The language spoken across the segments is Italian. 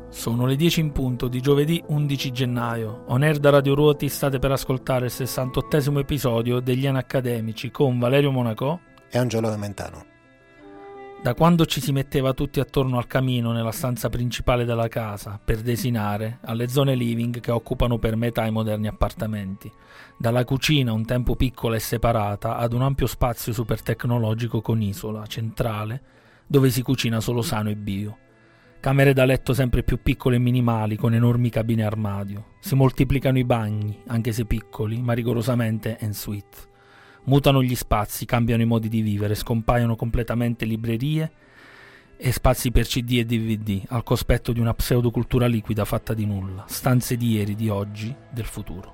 Sono le 10 in punto di giovedì 11 gennaio. On air da Radio Ruoti state per ascoltare il 68esimo episodio degli Anacademici con Valerio Monacò e Angelo Mentano. Da quando ci si metteva tutti attorno al camino nella stanza principale della casa per desinare, alle zone living che occupano per metà i moderni appartamenti, dalla cucina un tempo piccola e separata ad un ampio spazio super tecnologico con isola centrale dove si cucina solo sano e bio. Camere da letto sempre più piccole e minimali con enormi cabine armadio. Si moltiplicano i bagni, anche se piccoli, ma rigorosamente en suite. Mutano gli spazi, cambiano i modi di vivere, scompaiono completamente librerie e spazi per CD e DVD, al cospetto di una pseudocultura liquida fatta di nulla, stanze di ieri, di oggi, del futuro.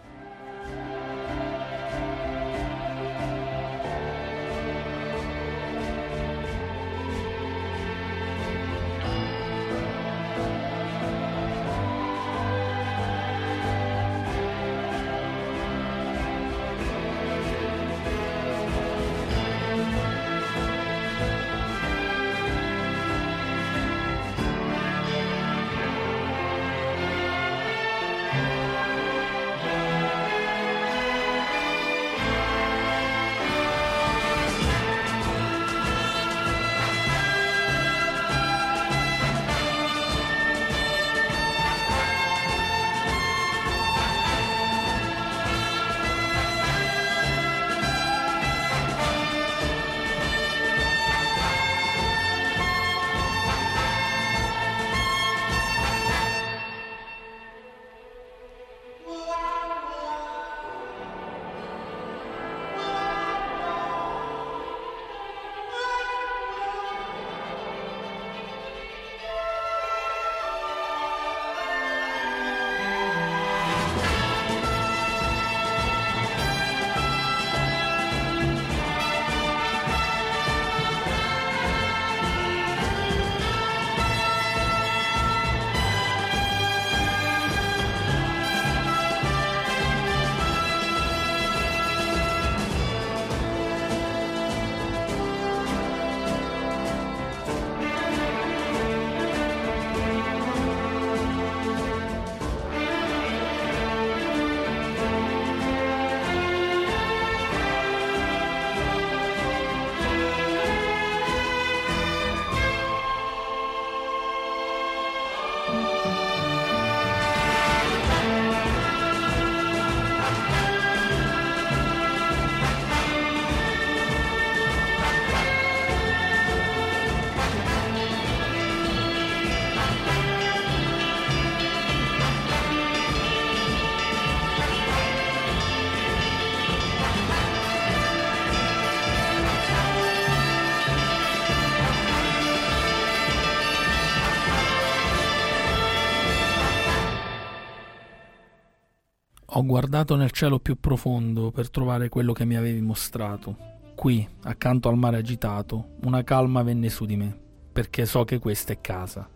Ho guardato nel cielo più profondo per trovare quello che mi avevi mostrato. Qui, accanto al mare agitato, una calma venne su di me, perché so che questa è casa.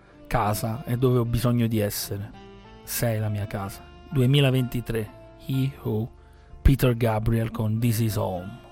Casa è dove ho bisogno di essere. Sei la mia casa. 2023. He Who, Peter Gabriel con This Is Home.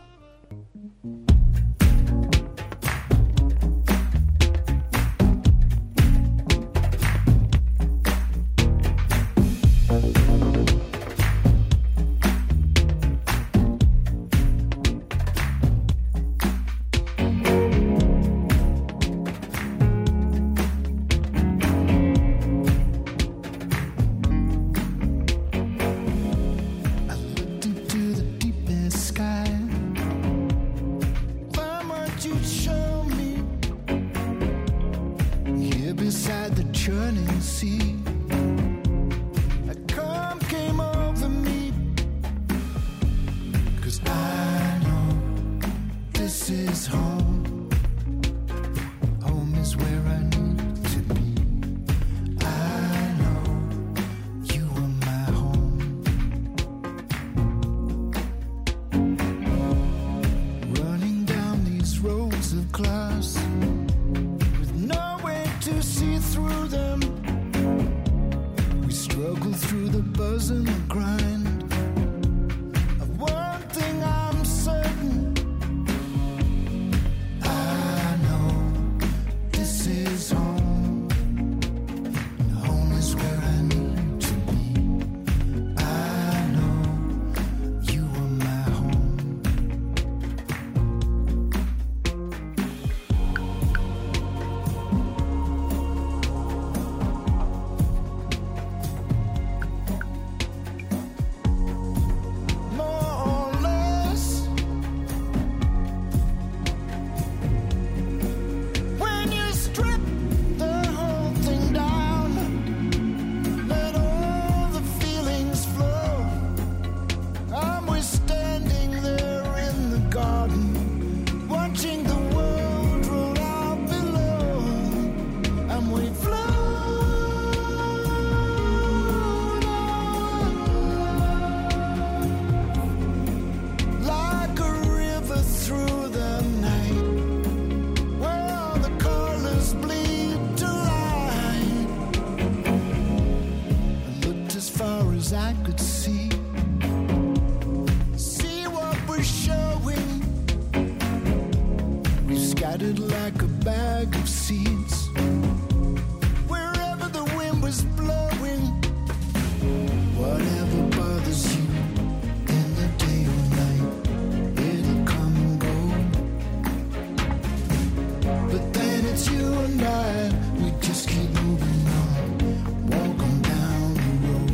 as I could see what we're showing. We've scattered like a bag of seeds wherever the wind was blowing. Whatever bothers you in the day or night, it'll come and go. But then it's you and I, we just keep moving on, walking down the road.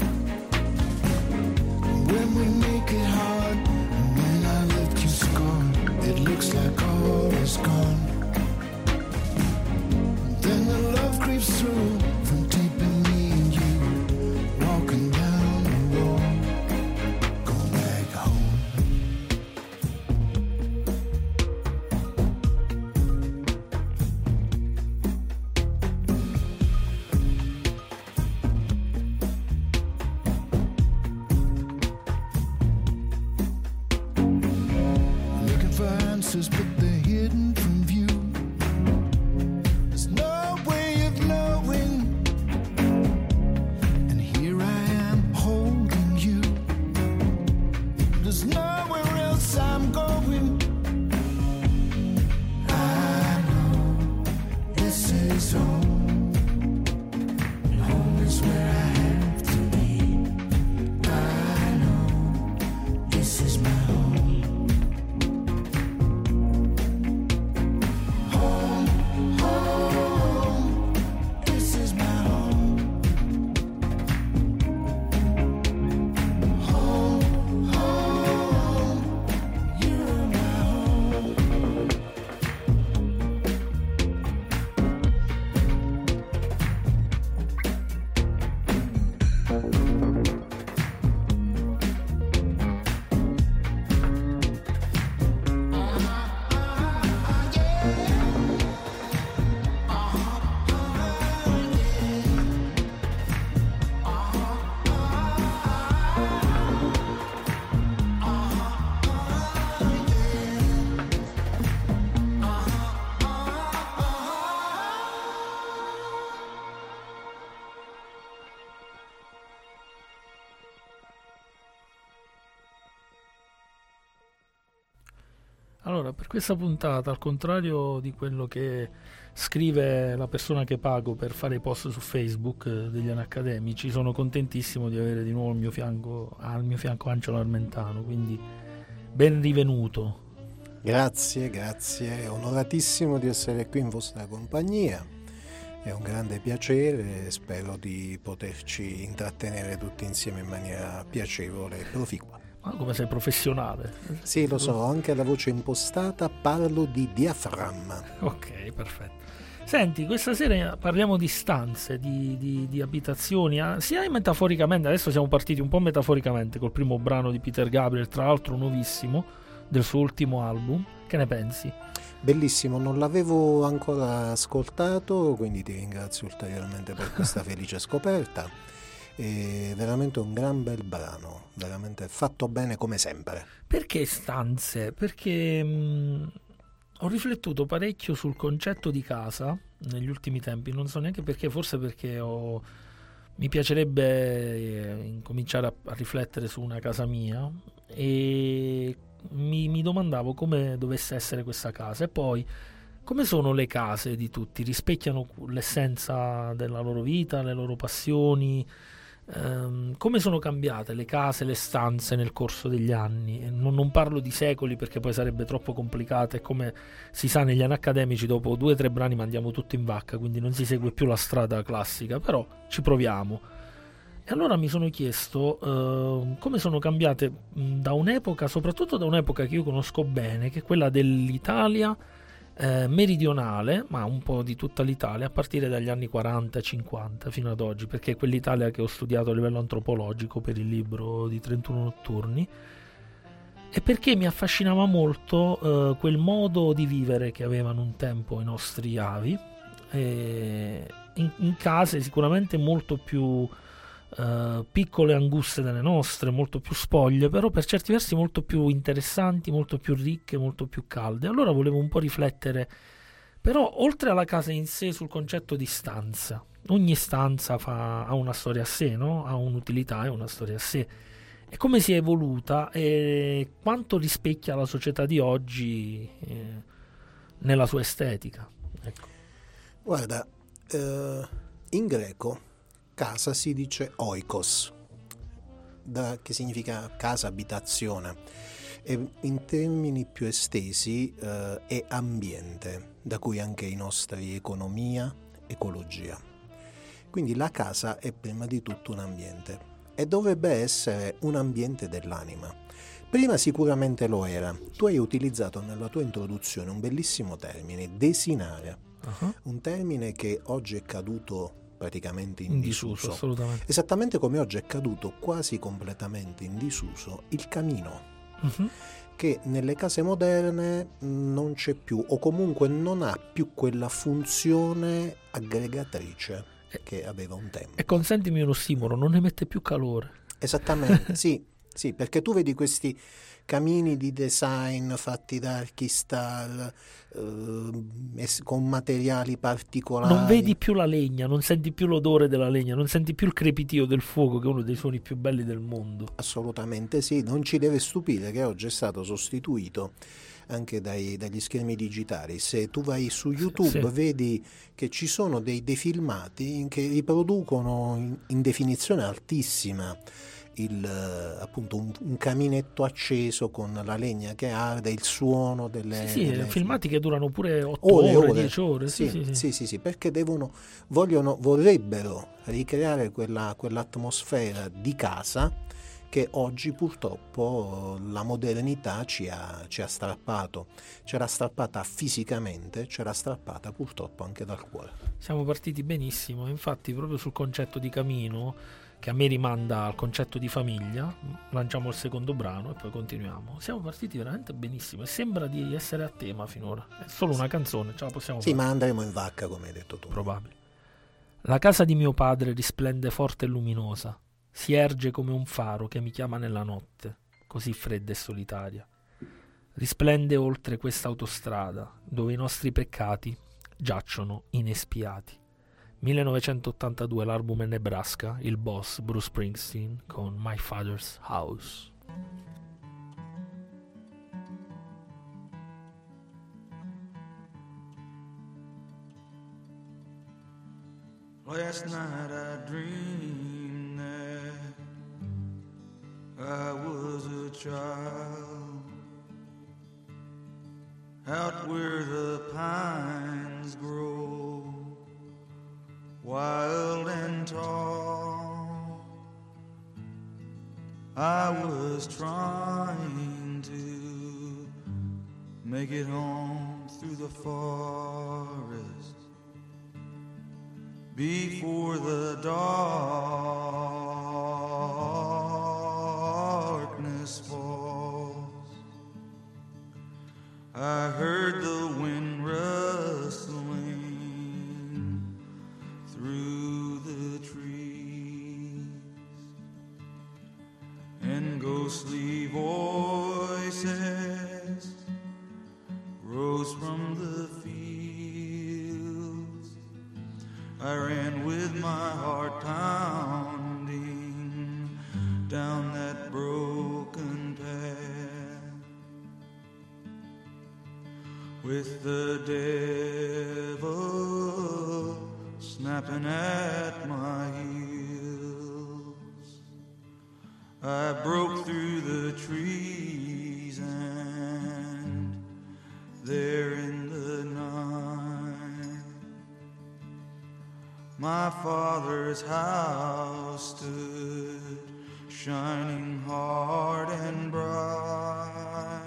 When we make it hard, and when I left you scarred, it looks like all is gone. Then the love creeps through from deep in me and you, walking down the road, going back home. Looking for answers, but they're hidden from view. There's no way of knowing. And here I am holding you. There's nowhere else I'm going. I know this is home. Home is where I have to be. I know this is my home. Home, home, this is my home. Home, home, you're my home. Allora, per questa puntata, al contrario di quello che scrive la persona che pago per fare i post su Facebook degli Anacademici, sono contentissimo di avere di nuovo al mio fianco Angelo Armentano, quindi ben rivenuto. Grazie, onoratissimo di essere qui in vostra compagnia, è un grande piacere, spero di poterci intrattenere tutti insieme in maniera piacevole e proficua. Ma come sei professionale? Sì, lo so, anche la voce impostata parlo di diaframma. Ok, perfetto. Senti, questa sera parliamo di stanze, di abitazioni, sia metaforicamente, adesso siamo partiti un po' metaforicamente col primo brano di Peter Gabriel, tra l'altro nuovissimo, del suo ultimo album. Che ne pensi? Bellissimo, non l'avevo ancora ascoltato, quindi ti ringrazio ulteriormente per questa felice scoperta. È veramente un gran bel brano, veramente fatto bene come sempre. Perché stanze? Perché ho riflettuto parecchio sul concetto di casa negli ultimi tempi, non so neanche perché, forse perché mi piacerebbe incominciare a riflettere su una casa mia e mi domandavo come dovesse essere questa casa e poi come sono le case di tutti, rispecchiano l'essenza della loro vita, le loro passioni. Come sono cambiate le case, le stanze nel corso degli anni? Non parlo di secoli perché poi sarebbe troppo complicato e come si sa negli Anacademici dopo 2 o 3 brani mandiamo tutto in vacca, quindi non si segue più la strada classica, però ci proviamo. E allora mi sono chiesto come sono cambiate da un'epoca, soprattutto da un'epoca che io conosco bene, che è quella dell'Italia meridionale, ma un po' di tutta l'Italia, a partire dagli anni 40-50 fino ad oggi, perché è quell'Italia che ho studiato a livello antropologico per il libro di 31 notturni, e perché mi affascinava molto quel modo di vivere che avevano un tempo i nostri avi, in case sicuramente molto più piccole e anguste delle nostre, molto più spoglie, però per certi versi molto più interessanti, molto più ricche, molto più calde. Allora volevo un po' riflettere, però oltre alla casa in sé, sul concetto di stanza, ogni stanza ha una storia a sé, no? Ha un'utilità e una storia a sé. E come si è evoluta e quanto rispecchia la società di oggi nella sua estetica. Ecco. Guarda, in greco casa si dice oikos, che significa casa, abitazione, e in termini più estesi è ambiente, da cui anche i nostri economia, ecologia. Quindi la casa è prima di tutto un ambiente e dovrebbe essere un ambiente dell'anima. Prima sicuramente lo era. Tu hai utilizzato nella tua introduzione un bellissimo termine, desinare, un termine che oggi è caduto praticamente in disuso. Assolutamente. Esattamente come oggi è caduto quasi completamente in disuso il camino, che nelle case moderne non c'è più, o comunque non ha più quella funzione aggregatrice che aveva un tempo. E consentimi uno ossimoro, non ne mette più calore. Esattamente, sì, perché tu vedi questi camini di design fatti da archistar con materiali particolari. Non vedi più la legna, non senti più l'odore della legna, non senti più il crepitio del fuoco, che è uno dei suoni più belli del mondo. Assolutamente sì, non ci deve stupire che oggi è stato sostituito anche dagli schermi digitali. Se tu vai su YouTube vedi che ci sono dei filmati che riproducono in definizione altissima appunto un caminetto acceso con la legna che arde, il suono delle filmati che durano pure 8 ore, 10 ore. Sì, perché vorrebbero ricreare quell'atmosfera di casa che oggi purtroppo la modernità ci ha strappato. C'era strappata fisicamente, c'era strappata purtroppo anche dal cuore. Siamo partiti benissimo, infatti proprio sul concetto di camino, che a me rimanda al concetto di famiglia, lanciamo il secondo brano e poi continuiamo. Siamo partiti veramente benissimo e sembra di essere a tema finora. È solo una canzone, ce la possiamo fare. Sì, ma andremo in vacca, come hai detto tu. Probabile. La casa di mio padre risplende forte e luminosa, si erge come un faro che mi chiama nella notte, così fredda e solitaria. Risplende oltre questa autostrada, dove i nostri peccati giacciono inespiati. 1982, l'album è Nebraska, il boss Bruce Springsteen con My Father's House. Last night I dreamed that I was a child out where the pines grow wild and tall. I was trying to make it home through the forest before the darkness falls. I heard the wind rustling through the trees, and ghostly voices rose from the fields. I ran with my heart pounding down that broken path, with the devil snapping at my heels. I broke through the trees, and there in the night my father's house stood, shining hard and bright.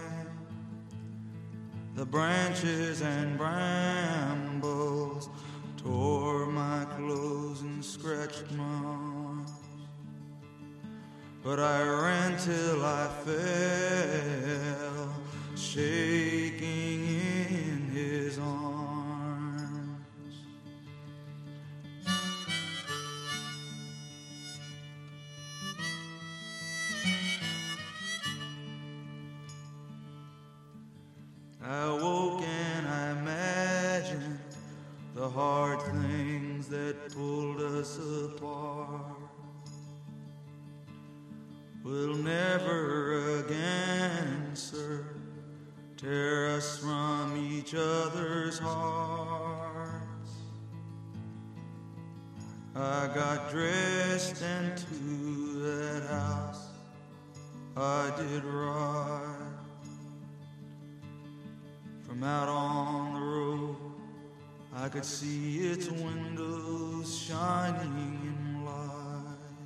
The branches and brambles tore my clothes and scratched my arms, but I ran till I fell, shaking in his arms. I woke and I imagined the hard things that pulled us apart. We'll never again, sir, tear us from each other's hearts. I got dressed into that house I did ride. From out on the road I could see its windows shining in light.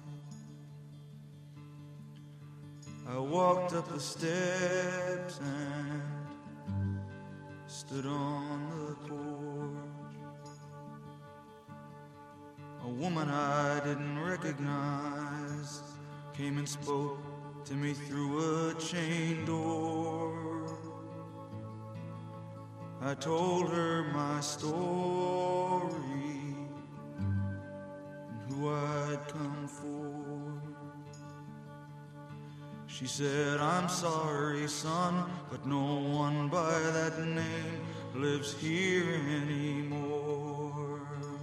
I walked up the steps and stood on the porch. A woman I didn't recognize came and spoke to me through a chain door. I told her my story and who I'd come for. She said, I'm sorry, son, but no one by that name lives here anymore.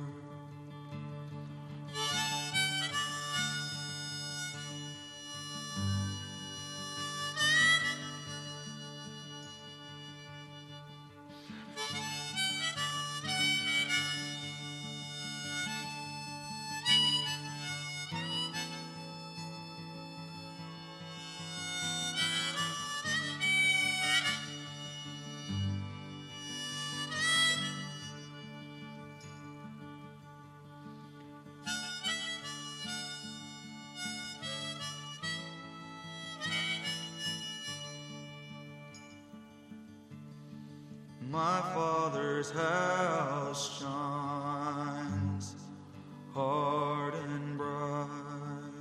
My father's house shines hard and bright.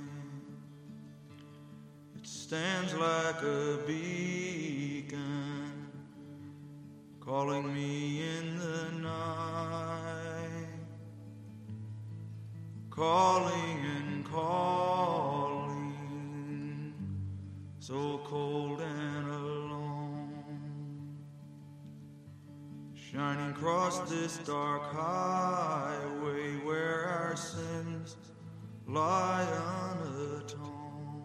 It stands like a beacon, calling me in the night, calling and calling, so cold and alone. Shining across this dark highway where our sins lie unatoned.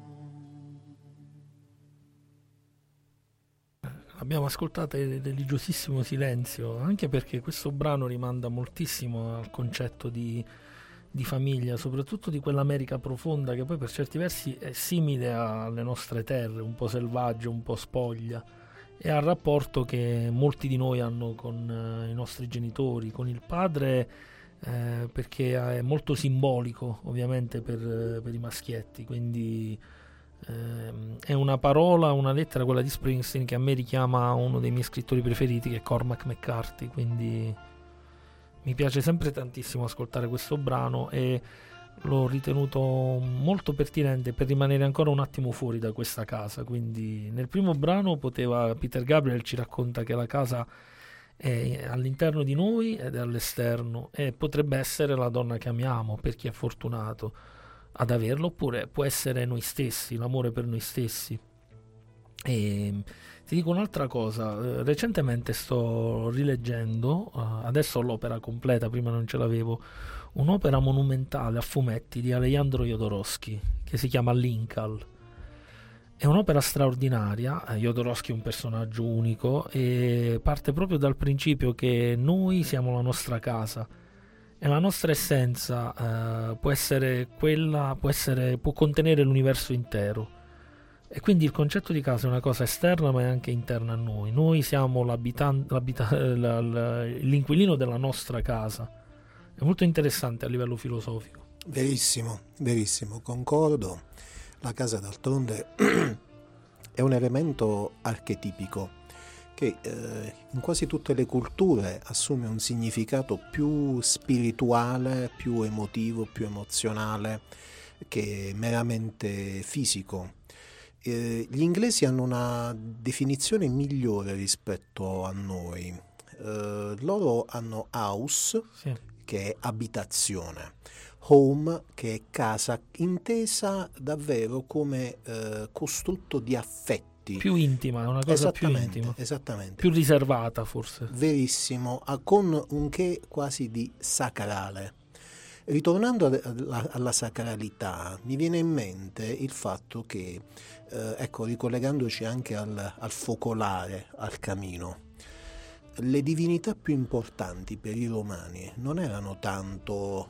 Abbiamo ascoltato il religiosissimo silenzio, anche perché questo brano rimanda moltissimo al concetto di famiglia, soprattutto di quell'America profonda che poi per certi versi è simile alle nostre terre, un po' selvaggio, un po' spoglia, e al rapporto che molti di noi hanno con i nostri genitori, con il padre, perché è molto simbolico ovviamente per i maschietti, quindi è una parola, una lettera, quella di Springsteen, che a me richiama uno dei miei scrittori preferiti, che è Cormac McCarthy, quindi mi piace sempre tantissimo ascoltare questo brano e l'ho ritenuto molto pertinente per rimanere ancora un attimo fuori da questa casa. Quindi nel primo brano Peter Gabriel ci racconta che la casa è all'interno di noi ed è all'esterno, e potrebbe essere la donna che amiamo per chi è fortunato ad averlo, oppure può essere noi stessi, l'amore per noi stessi. E ti dico un'altra cosa, recentemente sto rileggendo, adesso ho l'opera completa, prima non ce l'avevo, un'opera monumentale a fumetti di Alejandro Jodorowsky che si chiama Linkal. È un'opera straordinaria. Jodorowsky è un personaggio unico e parte proprio dal principio che noi siamo la nostra casa e la nostra essenza può essere quella, può contenere l'universo intero, e quindi il concetto di casa è una cosa esterna ma è anche interna a noi. Noi siamo l'inquilino della nostra casa. È molto interessante a livello filosofico. Verissimo, verissimo, concordo. La casa d'altronde è un elemento archetipico che in quasi tutte le culture assume un significato più spirituale, più emotivo, più emozionale che meramente fisico. Gli inglesi hanno una definizione migliore rispetto a noi. Loro hanno house, sì, che è abitazione, home, che è casa, intesa davvero come costrutto di affetti. Più intima, è una cosa più intima. Esattamente. Più riservata forse. Verissimo, con un che quasi di sacrale. Ritornando alla sacralità, mi viene in mente il fatto che, ecco, ricollegandoci anche al focolare, al camino, le divinità più importanti per i romani non erano tanto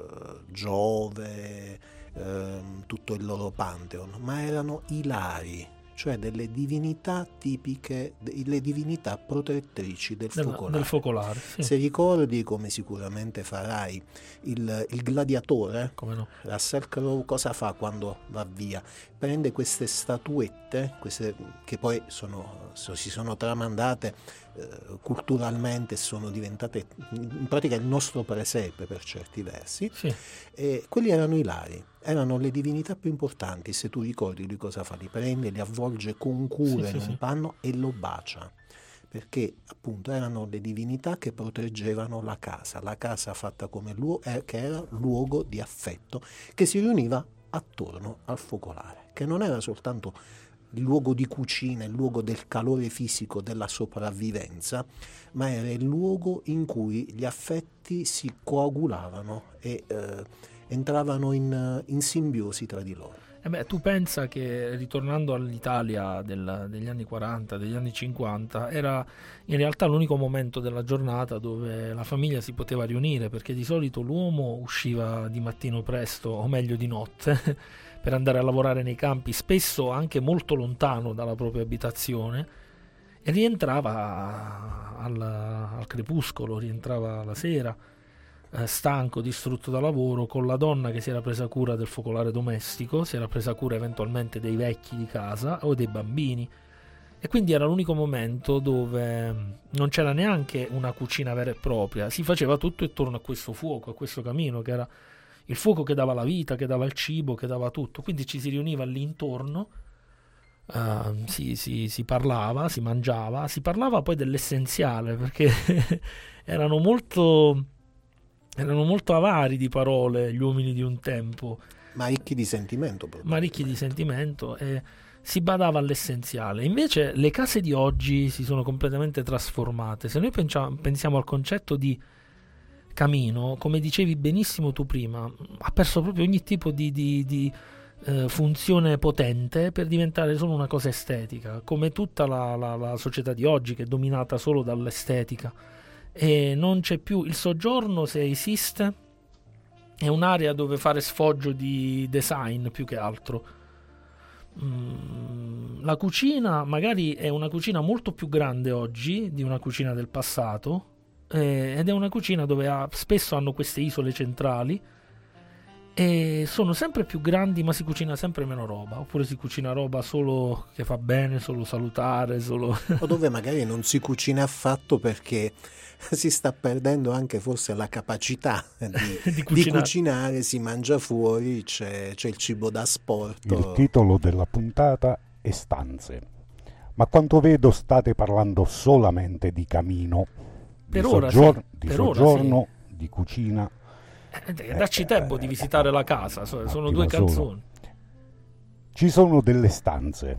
Giove, tutto il loro pantheon, ma erano i Lari, cioè delle divinità tipiche, le divinità protettrici del focolare. Sì. Se ricordi, come sicuramente farai, il gladiatore, Come no? Russell Crowe, cosa fa quando va via? Prende queste statuette, che poi si sono tramandate culturalmente, sono diventate in pratica il nostro presepe per certi versi. Sì. E quelli erano i Lari, erano le divinità più importanti. Se tu ricordi, lui cosa fa? Li prende, li avvolge con cura in un panno e lo bacia, perché appunto erano le divinità che proteggevano la casa fatta come che era luogo di affetto, che si riuniva attorno al focolare, che non era soltanto il luogo di cucina, il luogo del calore fisico, della sopravvivenza, ma era il luogo in cui gli affetti si coagulavano e entravano in simbiosi tra di loro. Tu pensa che, ritornando all'Italia degli anni 40, degli anni 50, era in realtà l'unico momento della giornata dove la famiglia si poteva riunire, perché di solito l'uomo usciva di mattino presto, o meglio di notte, per andare a lavorare nei campi, spesso anche molto lontano dalla propria abitazione, e rientrava al crepuscolo, rientrava la sera, stanco, distrutto da lavoro, con la donna che si era presa cura del focolare domestico, si era presa cura eventualmente dei vecchi di casa o dei bambini, e quindi era l'unico momento dove non c'era neanche una cucina vera e propria, si faceva tutto intorno a questo fuoco, a questo camino, che era il fuoco che dava la vita, che dava il cibo, che dava tutto. Quindi ci si riuniva lì intorno, si parlava, si mangiava, si parlava poi dell'essenziale, perché erano molto avari di parole gli uomini di un tempo, ma ricchi di sentimento, e si badava all'essenziale. Invece le case di oggi si sono completamente trasformate. Se noi pensiamo al concetto di camino, come dicevi benissimo tu prima, ha perso proprio ogni tipo di funzione potente per diventare solo una cosa estetica, come tutta la società di oggi, che è dominata solo dall'estetica, e non c'è più il soggiorno. Se esiste, è un'area dove fare sfoggio di design più che altro. La cucina magari è una cucina molto più grande oggi di una cucina del passato, ed è una cucina dove spesso hanno queste isole centrali, e sono sempre più grandi, ma si cucina sempre meno roba, oppure si cucina roba solo che fa bene, solo salutare, o dove magari non si cucina affatto, perché si sta perdendo anche forse la capacità di cucinare, si mangia fuori, c'è il cibo da sport. Il titolo della puntata è Stanze, ma a quanto vedo state parlando solamente di camino, di soggiorno, di cucina. Dacci tempo di visitare la casa, sono due canzoni. Ci sono delle stanze.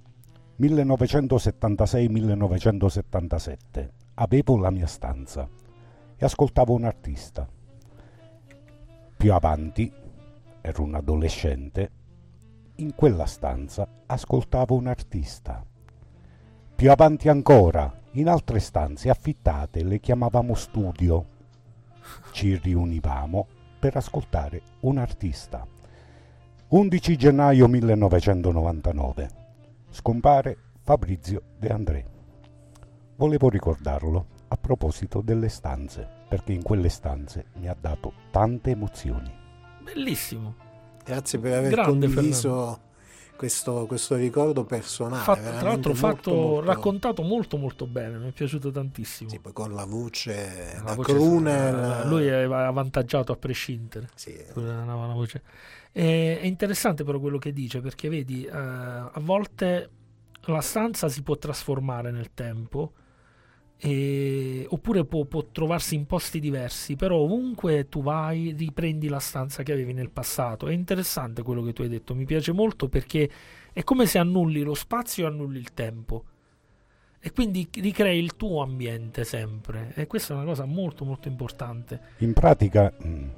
1976-1977 avevo la mia stanza e ascoltavo un artista. Più avanti, ero un adolescente, in quella stanza ascoltavo un artista. Più avanti ancora, in altre stanze affittate, le chiamavamo studio. Ci riunivamo per ascoltare un artista. 11 gennaio 1999. Scompare Fabrizio De André. Volevo ricordarlo a proposito delle stanze, perché in quelle stanze mi ha dato tante emozioni. Bellissimo. Grazie per aver condiviso questo ricordo personale. Tra l'altro raccontato molto molto bene, mi è piaciuto tantissimo. Sì, poi con la voce da crooner. Lui è avvantaggiato a prescindere. Sì. La voce. È interessante però quello che dice, perché vedi, a volte la stanza si può trasformare nel tempo, oppure può trovarsi in posti diversi, però ovunque tu vai riprendi la stanza che avevi nel passato. È interessante quello che tu hai detto, mi piace molto, perché è come se annulli lo spazio e annulli il tempo, e quindi ricrei il tuo ambiente sempre, e questa è una cosa molto molto importante. In pratica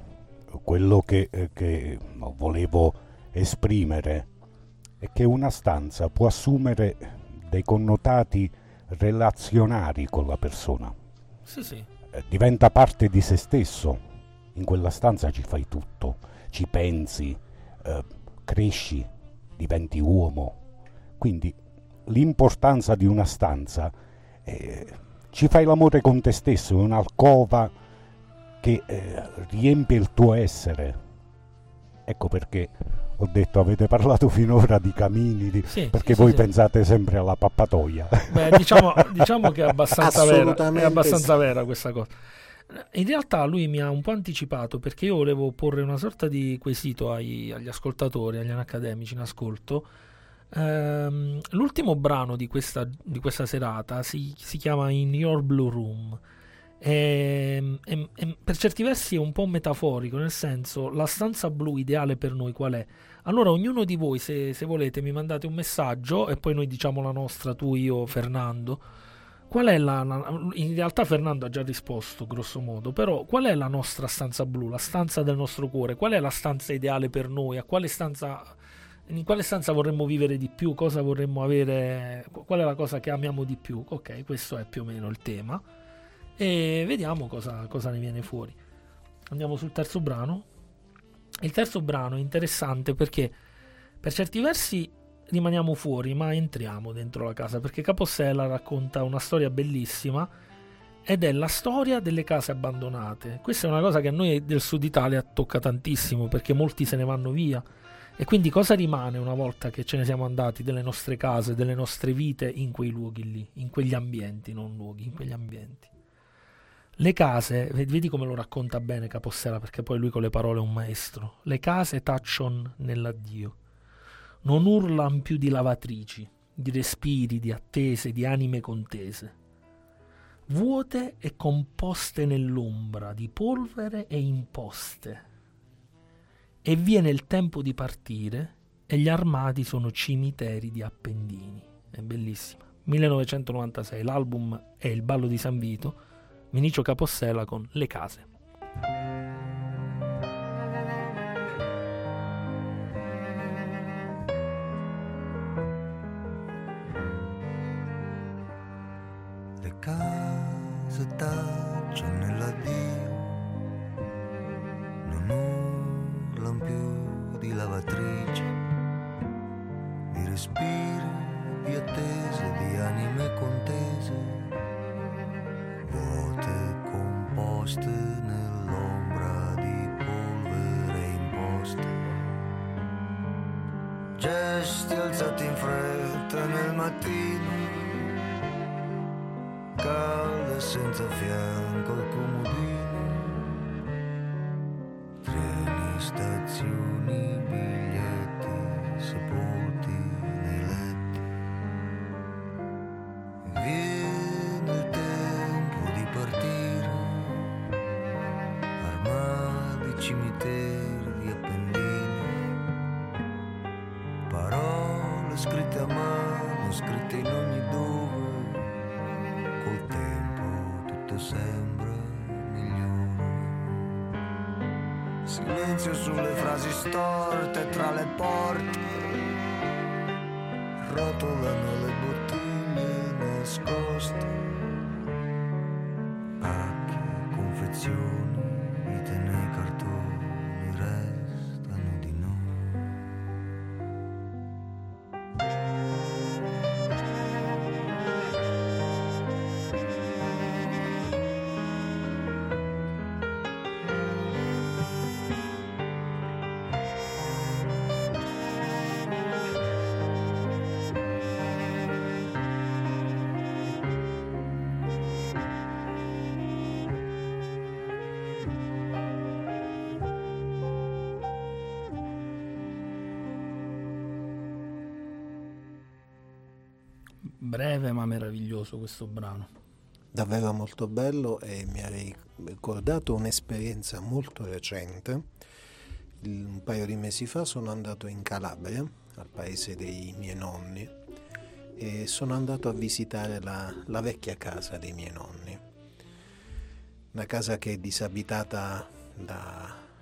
quello che volevo esprimere è che una stanza può assumere dei connotati relazionari con la persona. Sì. Diventa parte di se stesso. In quella stanza ci fai tutto, ci pensi, cresci, diventi uomo. Quindi l'importanza di una stanza, ci fai l'amore con te stesso, è un'alcova che riempie il tuo essere. Ecco perché ho detto, avete parlato finora di camini, perché voi pensate sempre alla pappatoia. Beh, diciamo che è abbastanza vera questa cosa. In realtà lui mi ha un po' anticipato, perché io volevo porre una sorta di quesito agli ascoltatori, agli anacademici in ascolto. L'ultimo brano di questa serata si chiama In Your Blue Room. Per certi versi è un po' metaforico, nel senso, la stanza blu ideale per noi qual è? Allora ognuno di voi, se volete, mi mandate un messaggio e poi noi diciamo la nostra, tu, io, Fernando. Qual è in realtà Fernando ha già risposto grosso modo, però qual è la nostra stanza blu, la stanza del nostro cuore? Qual è la stanza ideale per noi? In quale stanza vorremmo vivere di più? Cosa vorremmo avere? Qual è la cosa che amiamo di più? Ok, questo è più o meno il tema e vediamo cosa ne viene fuori. Andiamo sul terzo brano. Il terzo brano è interessante perché per certi versi rimaniamo fuori, ma entriamo dentro la casa, perché Capossela racconta una storia bellissima ed è la storia delle case abbandonate. Questa è una cosa che a noi del sud Italia tocca tantissimo, perché molti se ne vanno via, e quindi cosa rimane una volta che ce ne siamo andati delle nostre case, delle nostre vite in quei luoghi lì, in quegli ambienti, non luoghi, in quegli ambienti. Le case, vedi come lo racconta bene Capossela, perché poi lui con le parole è un maestro. Le case taccion nell'addio. Non urlan più di lavatrici, di respiri, di attese, di anime contese. Vuote e composte nell'ombra, di polvere e imposte. E viene il tempo di partire e gli armadi sono cimiteri di appendini. È bellissima. 1996, l'album è Il ballo di San Vito, Vinicio Capossela con Le case. Le case tacciono nell'addio, non urlan più di lavatrici, di respiri, di attese, di anime contese, vuote composte nell'ombra di polvere imposte, gesti alzati in fretta nel mattino, calde senza fianco al comodino, treni, stazioni, biglietti sepolti nei letti. Viene il tempo di partire, armadi, cimiteri di appendini, parole scritte a mano, scritte in ogni dove. Col tempo tutto sembra migliore. Silenzio sulle frasi storte tra le porte, rotolano le bottiglie nascoste, pacchi, confezioni, vite nei cartoni restano di noi. Breve ma meraviglioso questo brano. Davvero molto bello, e mi ha ricordato un'esperienza molto recente. Un paio di mesi fa sono andato in Calabria, al paese dei miei nonni, e sono andato a visitare la vecchia casa dei miei nonni. Una casa che è disabitata da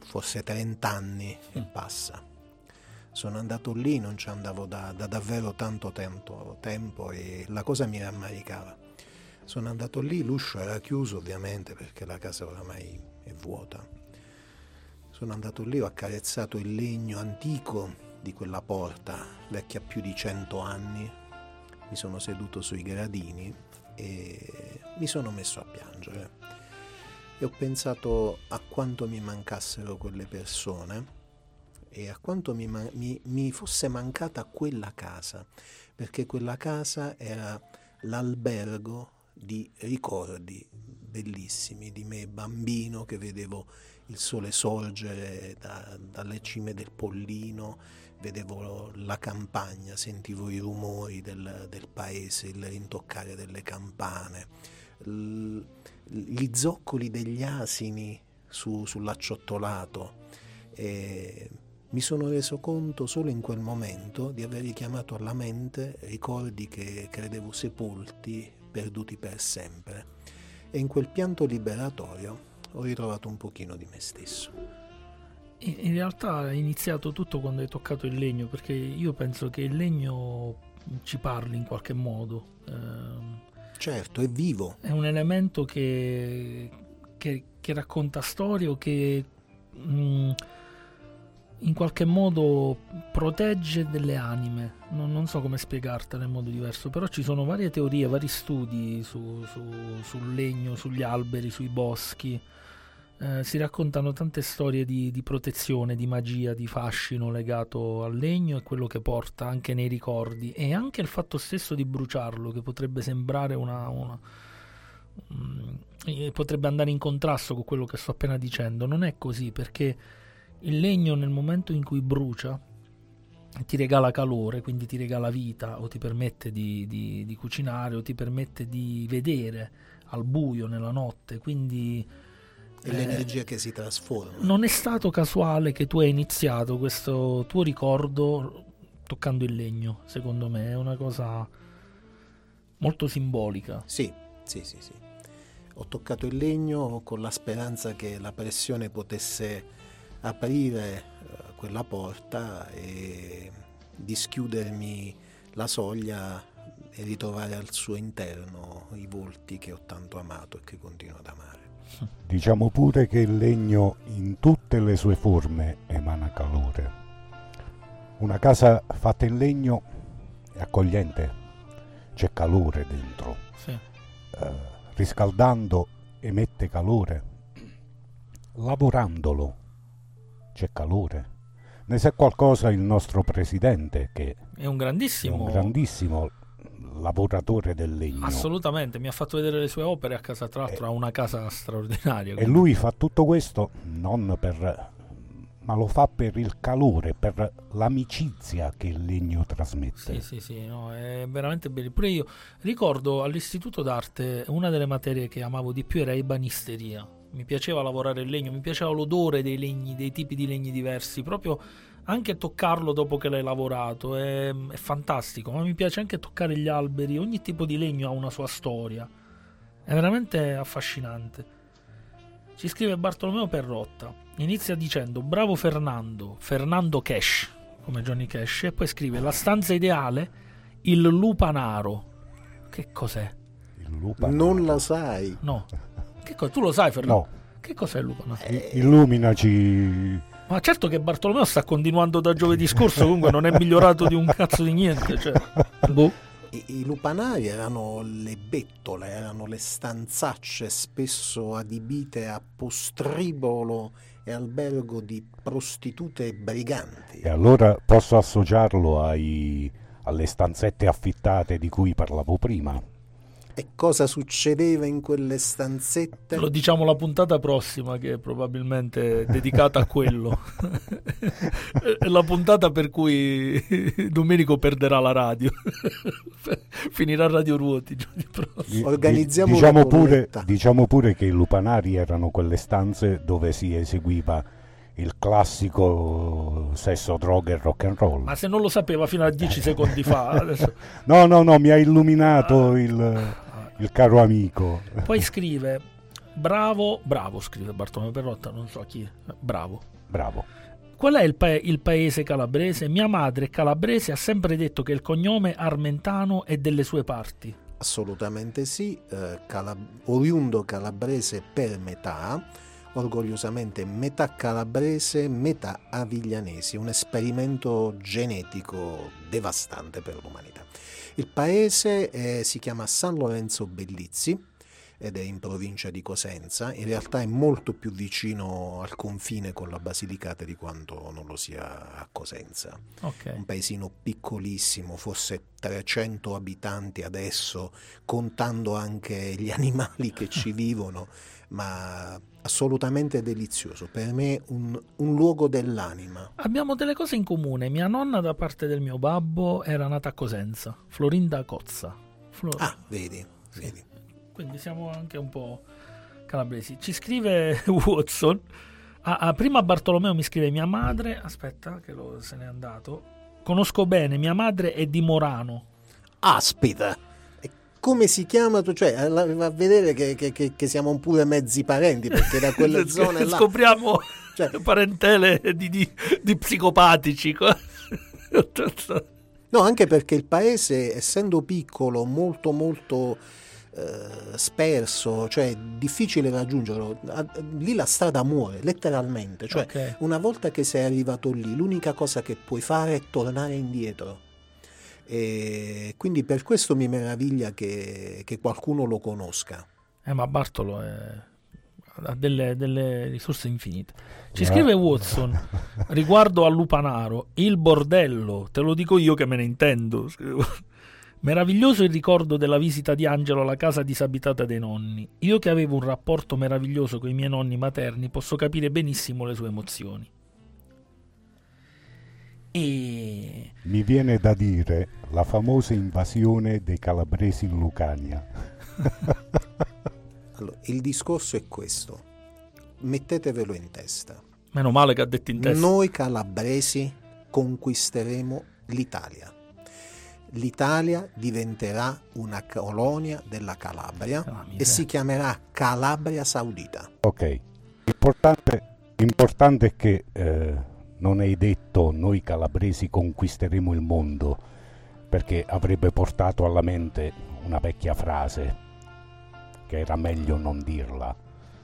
forse 30 anni e passa. Sono andato lì, non ci andavo da davvero tanto tempo e la cosa mi rammaricava. Sono andato lì, l'uscio era chiuso ovviamente perché la casa oramai è vuota. Sono andato lì, ho accarezzato il legno antico di quella porta, vecchia più di 100 anni, mi sono seduto sui gradini e mi sono messo a piangere. E ho pensato a quanto mi mancassero quelle persone e a quanto mi fosse mancata quella casa, perché quella casa era l'albergo di ricordi bellissimi di me bambino che vedevo il sole sorgere dalle cime del Pollino, vedevo la campagna, sentivo i rumori del paese, il rintoccare delle campane, gli zoccoli degli asini sull'acciottolato. E mi sono reso conto solo in quel momento di aver richiamato alla mente ricordi che credevo sepolti, perduti per sempre. E in quel pianto liberatorio ho ritrovato un pochino di me stesso. In realtà è iniziato tutto quando hai toccato il legno, perché io penso che il legno ci parli in qualche modo. Certo, è vivo. È un elemento che racconta storie o che in qualche modo protegge delle anime. Non so come spiegartela in modo diverso, però ci sono varie teorie, vari studi sul legno, sugli alberi, sui boschi. Si raccontano tante storie di protezione, di magia, di fascino legato al legno e quello che porta anche nei ricordi, e anche il fatto stesso di bruciarlo, che potrebbe sembrare potrebbe andare in contrasto con quello che sto appena dicendo. Non è così, perché il legno nel momento in cui brucia ti regala calore, quindi ti regala vita, o ti permette di cucinare, o ti permette di vedere al buio nella notte, quindi È l'energia che si trasforma. non è stato casuale che tu hai iniziato questo tuo ricordo toccando il legno. Secondo me è una cosa molto simbolica. Sì. Ho toccato il legno con la speranza che la pressione potesse aprire quella porta e dischiudermi la soglia e ritrovare al suo interno i volti che ho tanto amato e che continuo ad amare. Diciamo pure che il legno in tutte le sue forme emana calore. Una casa fatta in legno è accogliente, c'è calore dentro. Sì. Riscaldando emette calore, lavorandolo c'è calore. Ne sa qualcosa il nostro presidente, che È un grandissimo. è un grandissimo lavoratore del legno. Assolutamente, mi ha fatto vedere le sue opere a casa, tra l'altro ha una casa straordinaria. E lui fa tutto questo non ma lo fa per il calore, per l'amicizia che il legno trasmette. Sì, no, è veramente bello. Pure io ricordo all'istituto d'arte una delle materie che amavo di più era ebanisteria. Mi piaceva lavorare il legno, mi piaceva l'odore dei legni, dei tipi di legni diversi, proprio anche toccarlo dopo che l'hai lavorato è fantastico. Ma mi piace anche toccare gli alberi, ogni tipo di legno ha una sua storia, è veramente affascinante. Ci scrive Bartolomeo Perrotta, inizia dicendo: bravo Fernando Cash, come Johnny Cash, e poi scrive: la stanza ideale, il lupanaro. Che cos'è? Il lupanaro. Non la sai? No. Tu lo sai, Fernando? No. Che cos'è il lupanaro? Illuminaci. Ma certo che Bartolomeo sta continuando da giovedì scorso, comunque non è migliorato di un cazzo di niente, cioè. Boh. I lupanari erano le bettole, erano le stanzacce spesso adibite a postribolo e albergo di prostitute e briganti. E allora posso associarlo alle stanzette affittate di cui parlavo prima. E cosa succedeva in quelle stanzette? Lo diciamo la puntata prossima, che è probabilmente dedicata a quello. È la puntata per cui Domenico perderà la radio. Finirà Radio Ruoti il giorno prossimo. Organizziamo una bolletta. Diciamo pure che i lupanari erano quelle stanze dove si eseguiva il classico sesso, droga e rock and roll. Ma se non lo sapeva fino a 10 secondi fa adesso... No, mi ha illuminato il caro amico. Poi scrive: bravo, scrive Bartolomeo Perrotta, non so chi è, bravo. Bravo. Qual è il paese calabrese? Mia madre è calabrese, ha sempre detto che il cognome Armentano è delle sue parti. Assolutamente sì, oriundo calabrese per metà, orgogliosamente metà calabrese, metà aviglianesi, un esperimento genetico devastante per l'umanità. Il paese si chiama San Lorenzo Bellizzi ed è in provincia di Cosenza, in realtà è molto più vicino al confine con la Basilicata di quanto non lo sia a Cosenza. Ok. Un paesino piccolissimo, forse 300 abitanti adesso, contando anche gli animali che ci vivono, ma assolutamente delizioso. Per me un luogo dell'anima. Abbiamo delle cose in comune. Mia nonna da parte del mio babbo era nata a Cosenza, Florinda Cozza. Ah, vedi. Quindi siamo anche un po' calabresi. Ci scrive Watson. Prima Bartolomeo mi scrive mia madre. Aspetta, che se n'è andato. Conosco bene, mia madre è di Morano. Aspita! E come si chiama? Cioè, a vedere che siamo pure mezzi parenti, perché da quelle zone là... Scopriamo Cioè, parentele di psicopatici. no, anche perché il paese, essendo piccolo, molto molto sperso, cioè difficile raggiungerlo, lì la strada muore letteralmente, cioè Ok. una volta che sei arrivato lì l'unica cosa che puoi fare è tornare indietro, e quindi per questo mi meraviglia che qualcuno lo conosca. Ma Bartolo ha delle risorse infinite. Ci scrive Watson riguardo a Lupanaro, il bordello, te lo dico io che me ne intendo. Meraviglioso il ricordo della visita di Angelo alla casa disabitata dei nonni. Io che avevo un rapporto meraviglioso con i miei nonni materni posso capire benissimo le sue emozioni. E Mi viene da dire la famosa invasione dei calabresi in Lucania. Allora, il discorso è questo, mettetevelo in testa, meno male che ha detto in testa. noi calabresi conquisteremo l'Italia. L'Italia diventerà una colonia della Calabria e si chiamerà Calabria Saudita. Ok, importante è che non hai detto noi calabresi conquisteremo il mondo, perché avrebbe portato alla mente una vecchia frase che era meglio non dirla.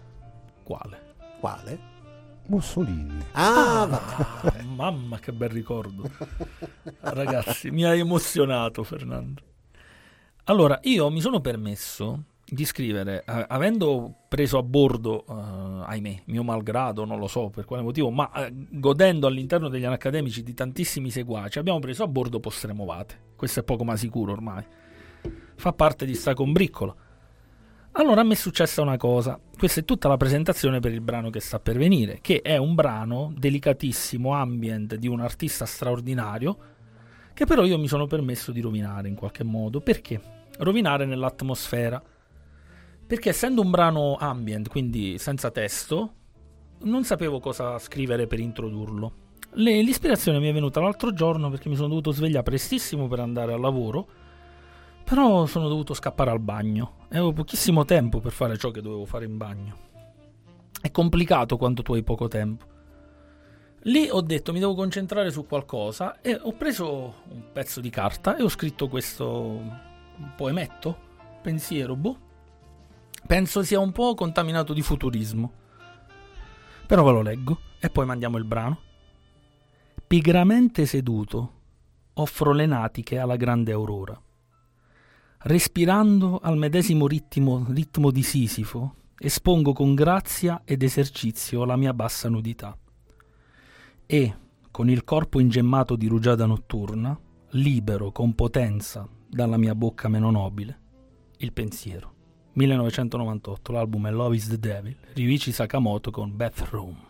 Quale? Mussolini. Mamma che bel ricordo. Ragazzi, mi hai emozionato, Fernando. Allora, io mi sono permesso di scrivere, avendo preso a bordo, ahimè, mio malgrado, non lo so per quale motivo, ma godendo all'interno degli anni accademici di tantissimi seguaci, abbiamo preso a bordo Postremovate. Questo è poco ma sicuro ormai. Fa parte di sta combriccola. Allora a me è successa una cosa. Questa è tutta la presentazione per il brano che sta per venire, che è un brano delicatissimo, ambient, di un artista straordinario, che però io mi sono permesso di rovinare in qualche modo. Perché? Rovinare nell'atmosfera. Perché essendo un brano ambient, quindi senza testo, non sapevo cosa scrivere per introdurlo. L'ispirazione mi è venuta l'altro giorno perché mi sono dovuto svegliare prestissimo per andare al lavoro, però sono dovuto scappare al bagno e avevo pochissimo tempo per fare ciò che dovevo fare in bagno. È complicato quando tu hai poco tempo. Lì ho detto mi devo concentrare su qualcosa e ho preso un pezzo di carta e ho scritto questo poemetto, pensiero, penso sia un po' contaminato di futurismo, però ve lo leggo e poi mandiamo il brano. Pigramente seduto offro le natiche alla grande aurora. Respirando al medesimo ritmo di Sisifo, espongo con grazia ed esercizio la mia bassa nudità. E, con il corpo ingemmato di rugiada notturna, libero con potenza dalla mia bocca meno nobile, il pensiero. 1998, l'album è Love is the Devil, Ryuichi Sakamoto con Bathroom.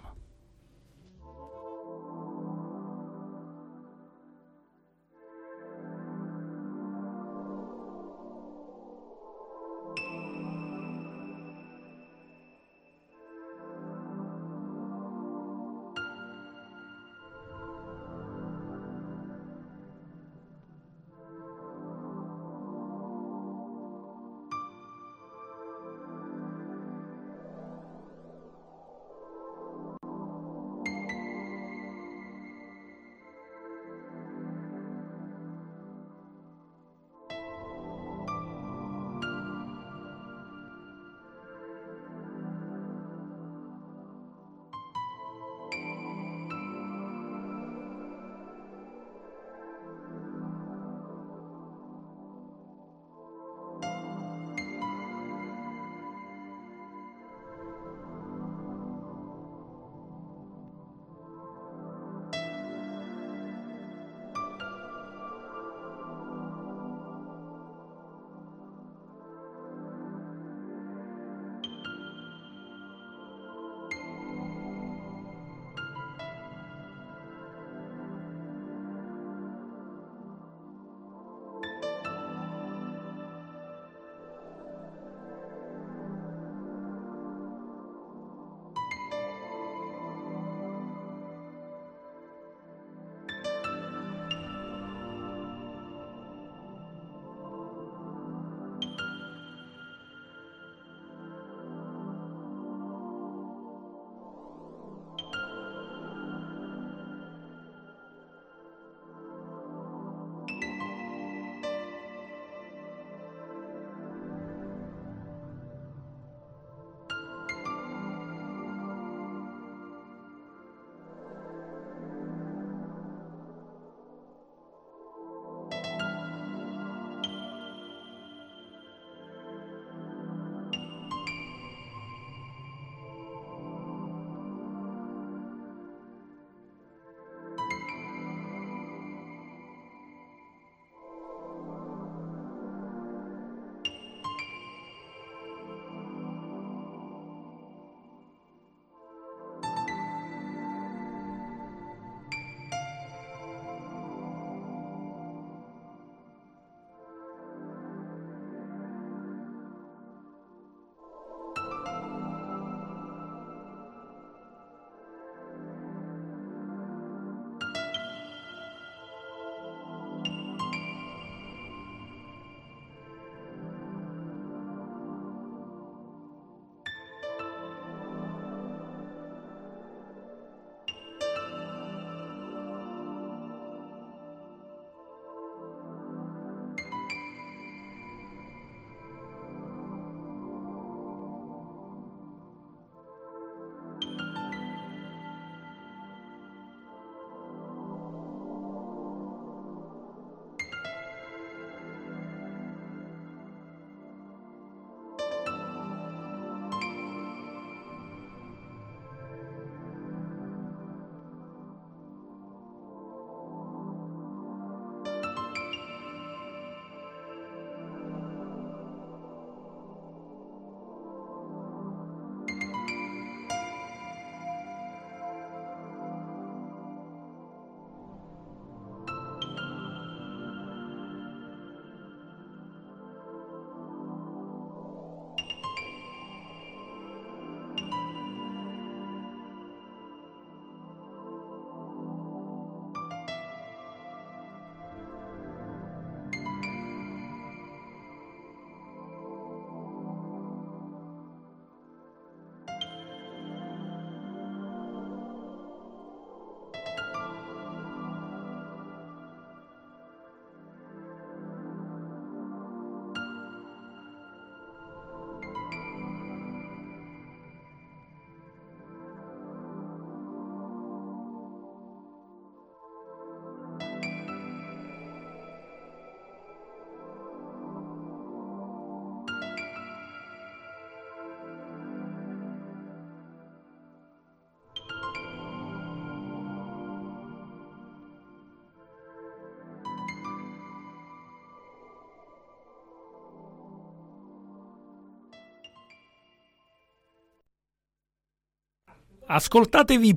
Ascoltatevi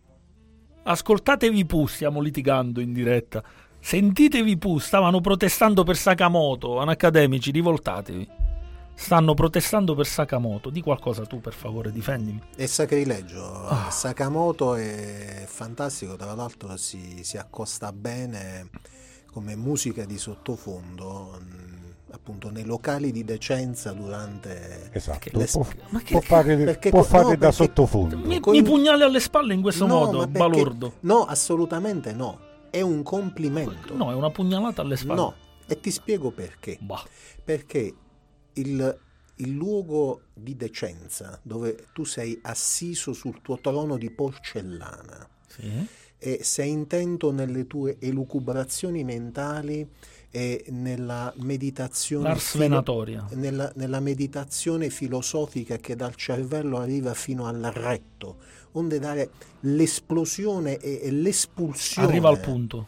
Pooh, stiamo litigando in diretta. Sentitevi Pooh, stavano protestando per Sakamoto, anacademici, rivoltatevi. Stanno protestando per Sakamoto. Di qualcosa tu, per favore, difendimi. È sacrilegio. Sakamoto è fantastico, tra l'altro si accosta bene come musica di sottofondo, appunto nei locali di decenza durante Esatto, le può fare da sottofondo. Mi pugnali alle spalle in questo modo, ma perché- balordo. No, assolutamente no. È un complimento. No, è una pugnalata alle spalle. No, e ti spiego perché. Bah. Perché il luogo di decenza dove tu sei assiso sul tuo trono di porcellana Sì. e sei intento nelle tue elucubrazioni mentali e nella meditazione L'ars venatoria. nella meditazione filosofica che dal cervello arriva fino al retto, onde dare l'esplosione e l'espulsione. Arriva al punto.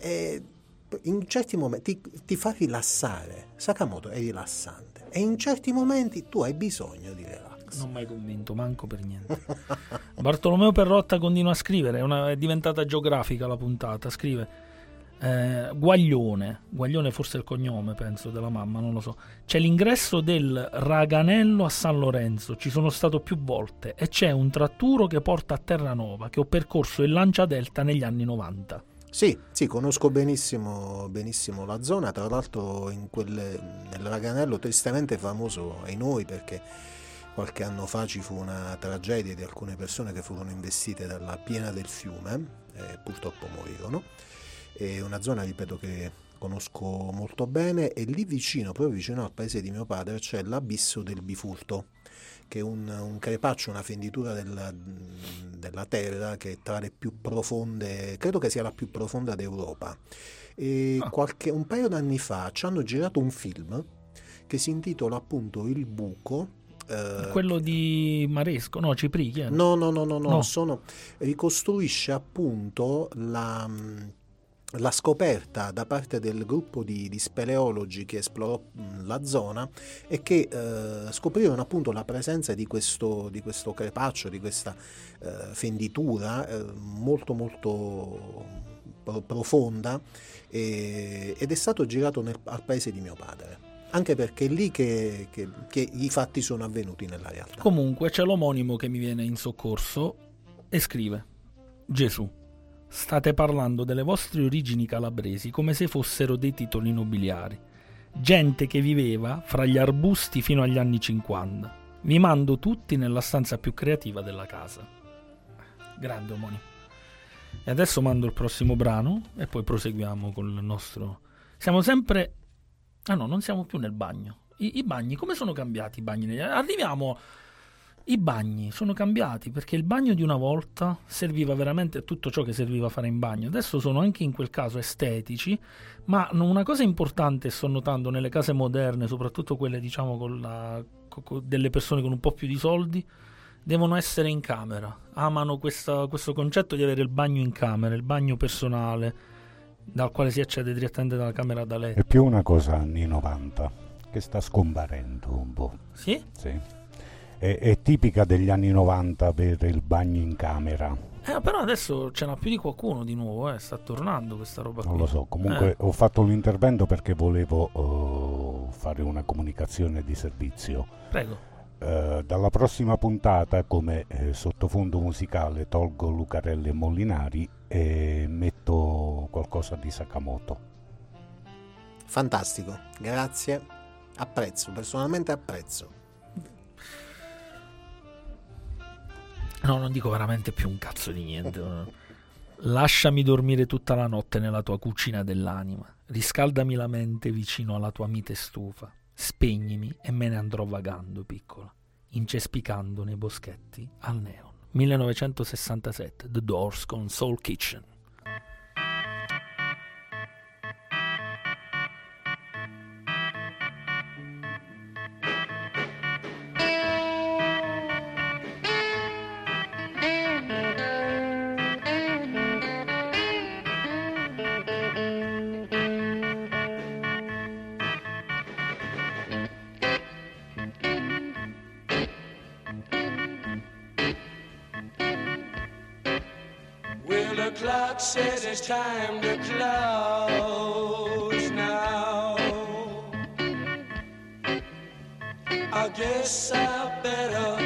In certi momenti ti fa rilassare. Sakamoto è rilassante e in certi momenti tu hai bisogno di relax. Non mai convinto, manco per niente. Bartolomeo Perrotta continua a scrivere, è diventata geografica la puntata. Scrive Guaglione forse è il cognome, penso, della mamma, non lo so. C'è l'ingresso del Raganello a San Lorenzo, ci sono stato più volte, e c'è un tratturo che porta a Terranova, che ho percorso in Lancia Delta negli anni 90. Sì, conosco benissimo la zona, tra l'altro nel Raganello tristemente famoso ai noi perché qualche anno fa ci fu una tragedia di alcune persone che furono investite dalla piena del fiume e purtroppo morirono. È una zona, ripeto, che conosco molto bene, e lì vicino, proprio vicino al paese di mio padre, c'è l'Abisso del Bifurto, che è un crepaccio, una fenditura della terra che è tra le più profonde, credo che sia la più profonda d'Europa. E un paio d'anni fa ci hanno girato un film che si intitola appunto Il Buco. Quello di Maresco, no, Cipri, chi è? No. Ricostruisce appunto la scoperta da parte del gruppo di speleologi che esplorò la zona e che scoprirono appunto la presenza di questo crepaccio, di questa fenditura molto molto profonda, ed è stato girato al paese di mio padre, anche perché è lì che i fatti sono avvenuti nella realtà. Comunque c'è l'omonimo che mi viene in soccorso e scrive: Gesù, state parlando delle vostre origini calabresi come se fossero dei titoli nobiliari. Gente che viveva fra gli arbusti fino agli anni 50. Vi mando tutti nella stanza più creativa della casa. Grande omonimo. E adesso mando il prossimo brano e poi proseguiamo con il nostro... Siamo sempre... Ah no, non siamo più nel bagno. I bagni, come sono cambiati i bagni? Arriviamo... I bagni sono cambiati perché il bagno di una volta serviva veramente a tutto ciò che serviva a fare in bagno. Adesso sono anche in quel caso estetici, ma una cosa importante sto notando nelle case moderne, soprattutto quelle diciamo delle persone con un po' più di soldi, devono essere in camera. Amano questo concetto di avere il bagno in camera, il bagno personale, dal quale si accede direttamente dalla camera da letto. È più una cosa anni 90 che sta scomparendo un po'. Sì? Sì. È tipica degli anni 90 avere il bagno in camera. Però adesso ce n'ha più di qualcuno di nuovo, sta tornando questa roba qui. Non lo so, comunque ho fatto l'intervento perché volevo fare una comunicazione di servizio. Prego. Dalla prossima puntata, come sottofondo musicale, tolgo Lucarelli e Molinari e metto qualcosa di Sakamoto. Fantastico, grazie, apprezzo, personalmente apprezzo. No, non dico veramente più un cazzo di niente. Lasciami dormire tutta la notte nella tua cucina dell'anima. Riscaldami la mente vicino alla tua mite stufa. Spegnimi e me ne andrò vagando, piccola, incespicando nei boschetti al neon. 1967, The Doors con Soul Kitchen. the clock says it's time to close now, I guess I better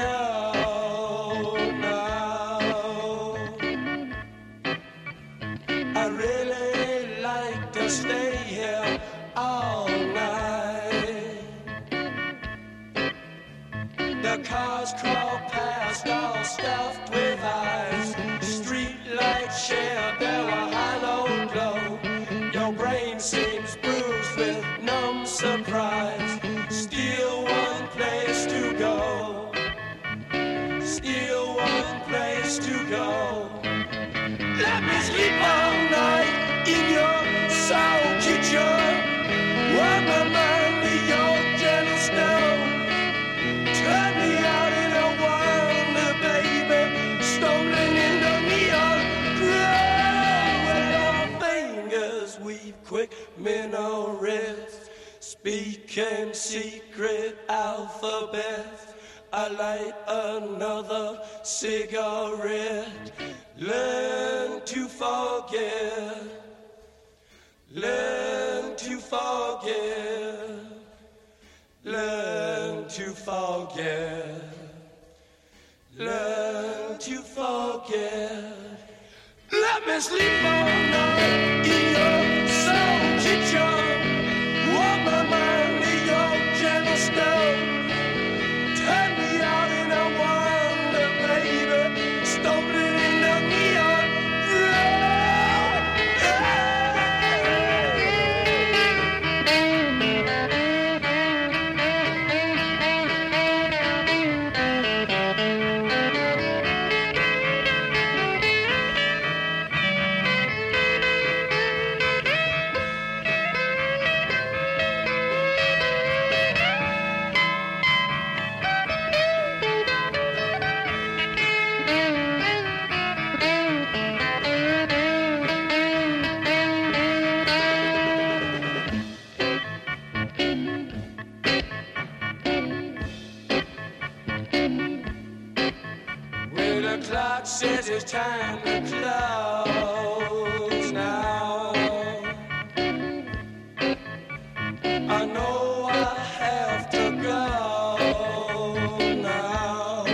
go now. I really like to stay here all night. The cars crawl past all stuffed with eyes. Street lights share their hollow glow. Your brain seems bruised with numb surprise. Still one place to go. Still one place to go. Let me sleep all night in your soul kitchen. Warm my mind with your gentle stone. Turn me out in a wonder, baby. Stumbling in the neon glow. With our fingers weave quick minarets. Speaking secret alphabets. I light another cigarette. Learn to forget. Learn to forget. Learn to forget. Learn to forget. Let me sleep all night in your soul kitchen. Warm my mind with your gentle stone. Turn me out in a wonder, baby. Stumbling in the neon glow. When the clock says it's time to close now, I know I have to go now.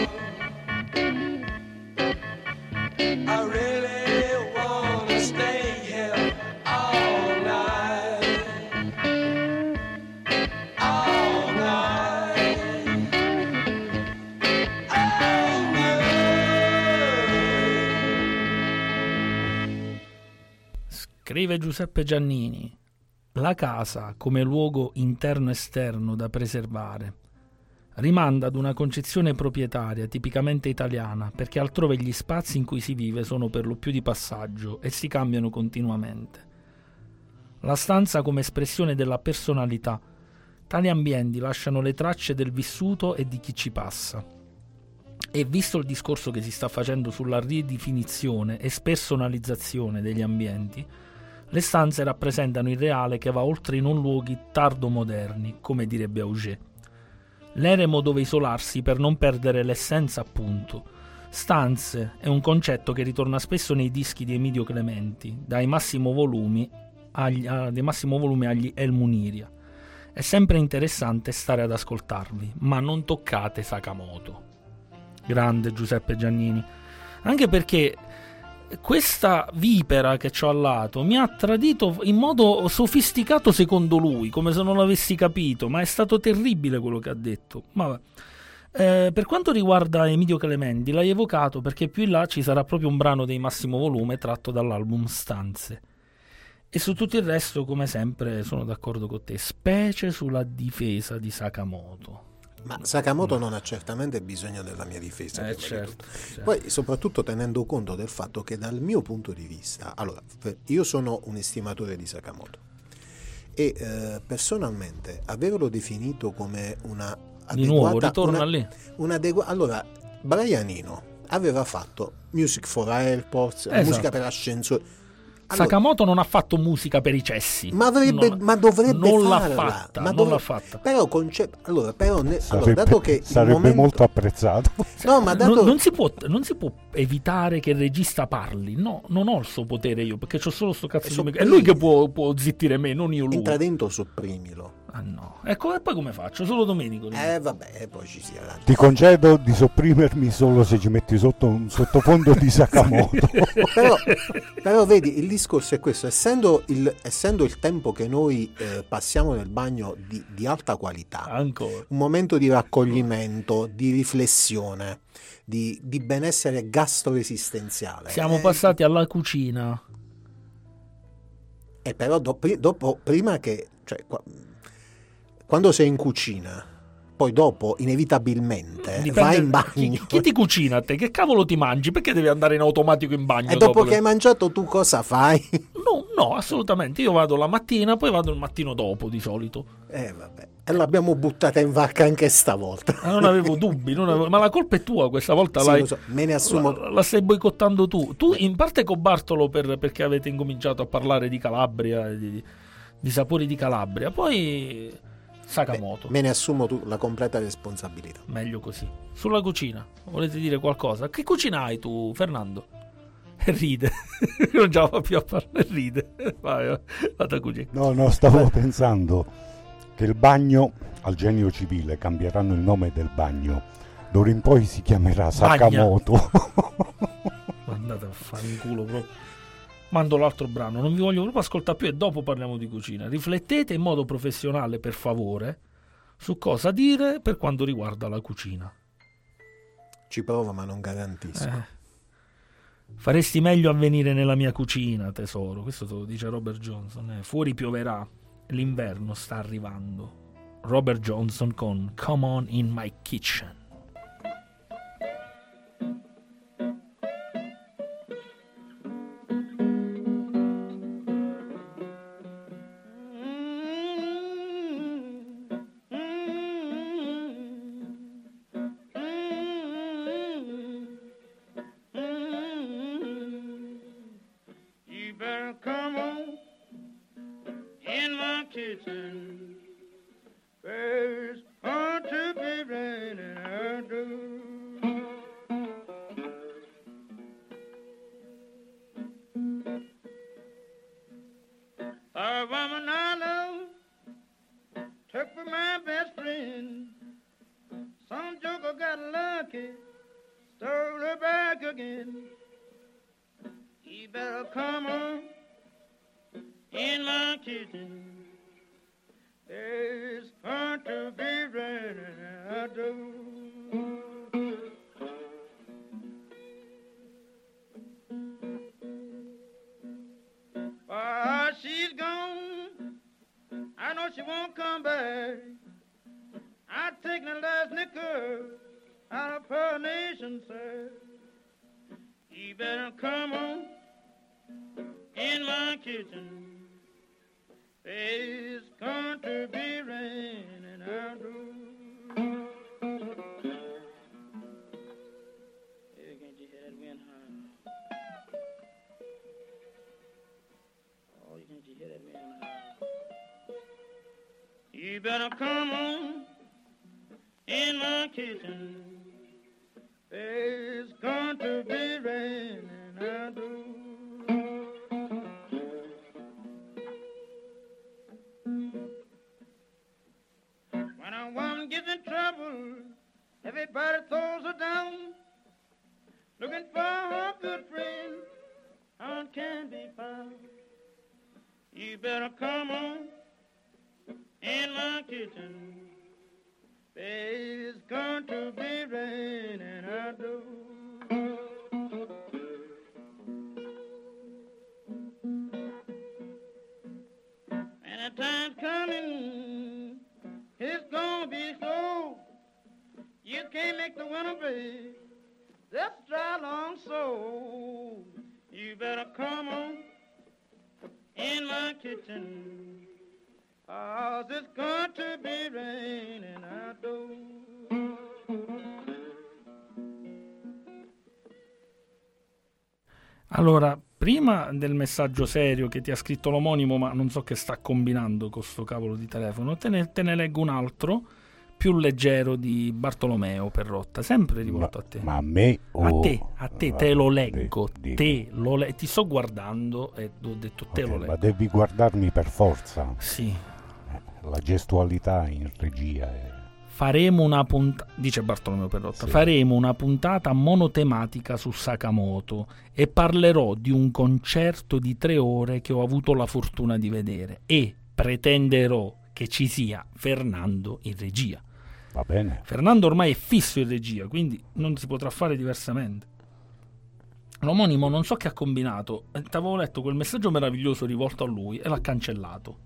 I really want to stay here all night. All night. All night. Scrive Giuseppe Giannini: la casa come luogo interno-esterno da preservare rimanda ad una concezione proprietaria tipicamente italiana, perché altrove gli spazi in cui si vive sono per lo più di passaggio e si cambiano continuamente. La stanza come espressione della personalità. Tali ambienti lasciano le tracce del vissuto e di chi ci passa. E visto il discorso che si sta facendo sulla ridefinizione e spersonalizzazione degli ambienti, le stanze rappresentano il reale che va oltre i non luoghi tardo-moderni, come direbbe Auger. L'eremo dove isolarsi per non perdere l'essenza, appunto. Stanze è un concetto che ritorna spesso nei dischi di Emilio Clementi, dai Massimo Volumi agli El Muniria. È sempre interessante stare ad ascoltarvi, ma non toccate Sakamoto. Grande Giuseppe Giannini. Anche perché questa vipera che c'ho al lato mi ha tradito in modo sofisticato secondo lui, come se non l'avessi capito, ma è stato terribile quello che ha detto. Vabbè. Per quanto riguarda Emilio Clementi, l'hai evocato perché più in là ci sarà proprio un brano dei Massimo Volume tratto dall'album Stanze. E su tutto il resto, come sempre, sono d'accordo con te, specie sulla difesa di Sakamoto. Ma Sakamoto non ha certamente bisogno della mia difesa. Certo. Poi soprattutto tenendo conto del fatto che dal mio punto di vista, allora, io sono un estimatore di Sakamoto e personalmente averlo definito come una di nuovo, ritorna lì. Allora, Brian Eno aveva fatto Music for Airports, musica per ascensori. Sakamoto non ha fatto musica per i cessi. Ma dovrebbe non farla. l'ha fatta, Ma non l'ha fatta. Però, dato che sarebbe molto apprezzato. No, ma dato... non si può evitare che il regista parli. No, non ho il suo potere io, perché c'ho solo sto cazzo di microfono. È lui che può zittire me, non io lui. Entra dentro, sopprimilo. Ah no. Ecco, e poi come faccio? Solo Domenico. Vabbè, poi ci sia la... Ti concedo di sopprimermi solo se ci metti sotto un sottofondo di Sakamoto. però vedi, il discorso è questo: essendo il tempo che noi passiamo nel bagno di alta qualità, ancora un momento di raccoglimento, di riflessione, di benessere gastroesistenziale, siamo passati alla cucina. E però dopo prima che, cioè, quando sei in cucina, poi dopo inevitabilmente vai in bagno. Chi ti cucina a te? Che cavolo ti mangi? Perché devi andare in automatico in bagno? E dopo che hai mangiato tu cosa fai? No, assolutamente. Io vado la mattina, poi vado il mattino dopo di solito. Vabbè. E l'abbiamo buttata in vacca anche stavolta. Non avevo dubbi, ma la colpa è tua questa volta. Sì, lo so, me ne assumo. La stai boicottando tu. Tu in parte con Bartolo perché avete incominciato a parlare di Calabria, di sapori di Calabria. Poi Sakamoto. Me ne assumo la completa responsabilità. Meglio così. Sulla cucina, volete dire qualcosa? Che cucina hai tu, Fernando? E ride. Non ce la fa più a parlare, ride. Vai, vado a cucina. No, stavo pensando che il bagno al Genio Civile cambieranno il nome del bagno. D'ora in poi si chiamerà Sakamoto. Andate a fare in culo proprio. Mando l'altro brano, non vi voglio proprio ascoltare più e dopo parliamo di cucina. Riflettete in modo professionale, per favore, su cosa dire per quanto riguarda la cucina. Ci provo, ma non garantisco. Faresti meglio a venire nella mia cucina, tesoro. Questo te lo dice Robert Johnson. Fuori pioverà, l'inverno sta arrivando. Robert Johnson con Come On In My Kitchen. You better come on in my kitchen. It's going to be raining, I do. When a woman gets in trouble, everybody throws her down. Looking for her good friend, how can be found? You better come on in my kitchen. It's going to be raining, I do. And the time's coming, it's gonna be slow. You can't make the winter break, just dry long so. You better come on in my kitchen. Cause it's going to be raining outdoors. Allora, prima del messaggio serio che ti ha scritto l'omonimo, ma non so che sta combinando con sto cavolo di telefono, te ne leggo un altro più leggero di Bartolomeo Perrotta, sempre rivolto a te. Ma a me o... A te te lo leggo, Dimmi. ti sto guardando e ho detto te lo leggo. Ma devi guardarmi per forza. Sì. La gestualità in regia è... Faremo una puntata, dice Bartolomeo Perrotta, Sì. faremo una puntata monotematica su Sakamoto e parlerò di un concerto di 3 ore che ho avuto la fortuna di vedere e pretenderò che ci sia Fernando in regia. Va bene. Fernando ormai è fisso in regia, quindi non si potrà fare diversamente. L'omonimo non so che ha combinato, ti avevo letto quel messaggio meraviglioso rivolto a lui e l'ha cancellato.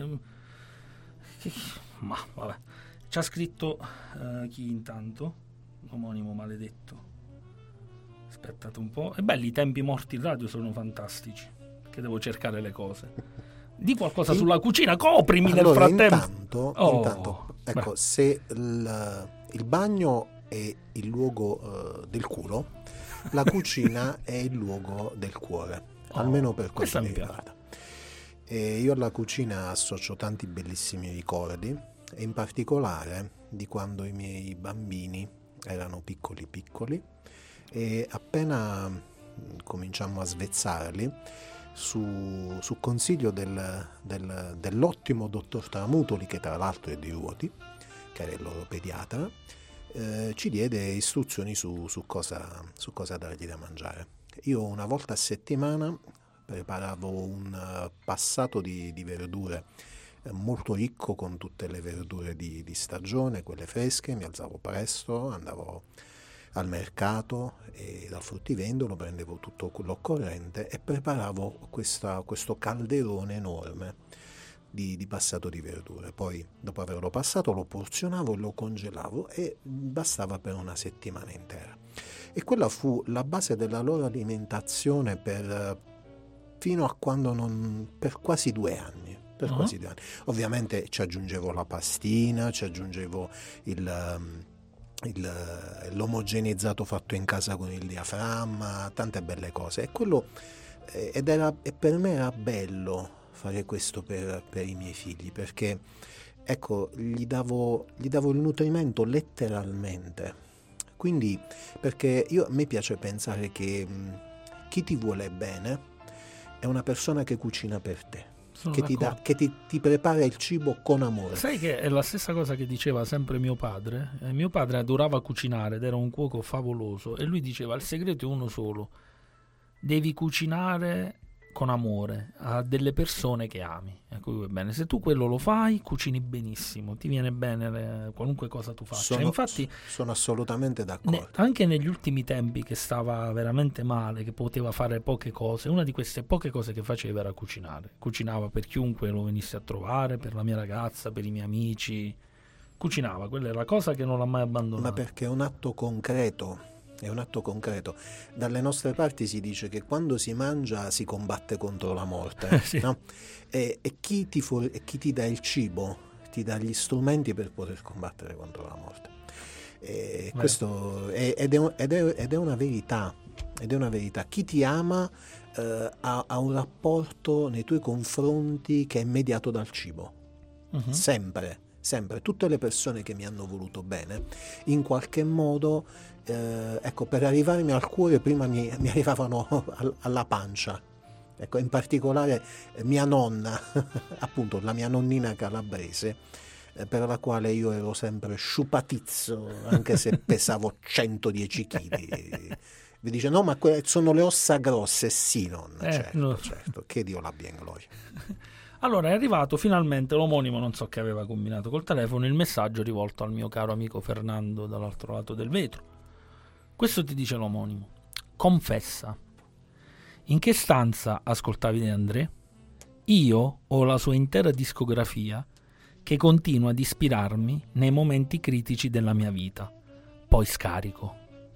Ma vabbè. Ci ha scritto chi intanto? L'omonimo maledetto. Aspettate un po'. È belli i tempi morti in radio, sono fantastici. Che devo cercare le cose. Di qualcosa sulla cucina, coprimi nel Allora, frattempo. intanto, ecco, beh. se il bagno è il luogo del culo, la cucina è il luogo del cuore, almeno per questa quanto mi mi piace. riguarda. E io alla cucina associo tanti bellissimi ricordi, e in particolare di quando i miei bambini erano piccoli e appena cominciammo a svezzarli, su consiglio dell'ottimo dottor Tramutoli, che tra l'altro è di Ruoti, che era il loro pediatra, ci diede istruzioni su cosa dargli da mangiare. Io una volta a settimana preparavo un passato di verdure molto ricco, con tutte le verdure di stagione, quelle fresche. Mi alzavo presto, andavo al mercato e dal fruttivendolo prendevo tutto l'occorrente e preparavo questo calderone enorme di passato di verdure. Poi, dopo averlo passato, lo porzionavo e lo congelavo e bastava per una settimana intera. E quella fu la base della loro alimentazione fino a quando per quasi 2 anni. Quasi 2 anni. Ovviamente ci aggiungevo la pastina, ci aggiungevo l'omogenizzato fatto in casa con il diaframma, tante belle cose. E per me era bello fare questo per i miei figli, perché ecco, gli davo il nutrimento letteralmente. Quindi, perché a me piace pensare che chi ti vuole bene è una persona che cucina per te, che ti prepara il cibo con amore. Sai che è la stessa cosa che diceva sempre mio padre? Mio padre adorava cucinare ed era un cuoco favoloso, e lui diceva: il segreto è uno solo, devi cucinare con amore a delle persone che ami, ecco, bene. Se tu quello lo fai, cucini benissimo, ti viene bene qualunque cosa tu faccia. Infatti sono assolutamente d'accordo. Anche negli ultimi tempi, che stava veramente male, che poteva fare poche cose, una di queste poche cose che faceva era cucinare. Cucinava per chiunque lo venisse a trovare, per la mia ragazza, per i miei amici. Cucinava, quella è la cosa che non l'ha mai abbandonato. Ma perché è un atto concreto. È un atto concreto. Dalle nostre parti si dice che quando si mangia si combatte contro la morte, sì. No? E chi ti dà il cibo ti dà gli strumenti per poter combattere contro la morte. Questo ed è una verità. Ed è una verità. Chi ti ama ha un rapporto nei tuoi confronti che è mediato dal cibo. Uh-huh. Sempre. Tutte le persone che mi hanno voluto bene, in qualche modo, ecco, per arrivarmi al cuore prima mi arrivavano alla pancia. Ecco, in particolare mia nonna, appunto la mia nonnina calabrese, per la quale io ero sempre sciupatizzo, anche se pesavo 110 kg. Vi dice: no, ma sono le ossa grosse. Sì, nonna, certo, che Dio l'abbia in gloria. Allora è arrivato finalmente l'omonimo, non so che aveva combinato col telefono, il messaggio rivolto al mio caro amico Fernando dall'altro lato del vetro. Questo ti dice l'omonimo: confessa, in che stanza ascoltavi De André? Io ho la sua intera discografia, che continua ad ispirarmi nei momenti critici della mia vita. Poi scarico.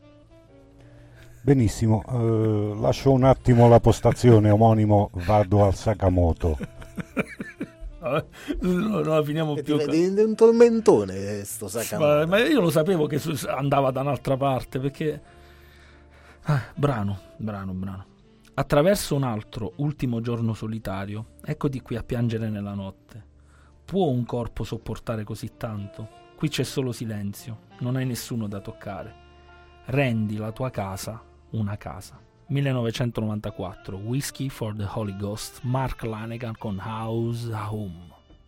Benissimo, lascio un attimo la postazione, omonimo, vado al Sakamoto. No, finiamo più. È un tormentone sto Sakamoto. Ma io lo sapevo che andava da un'altra parte, perché brano. Attraverso un altro ultimo giorno solitario, eccoti qui a piangere nella notte. Può un corpo sopportare così tanto? Qui c'è solo silenzio, non hai nessuno da toccare. Rendi la tua casa una casa. 1994, Whiskey for the Holy Ghost, Mark Lanegan con House a Home.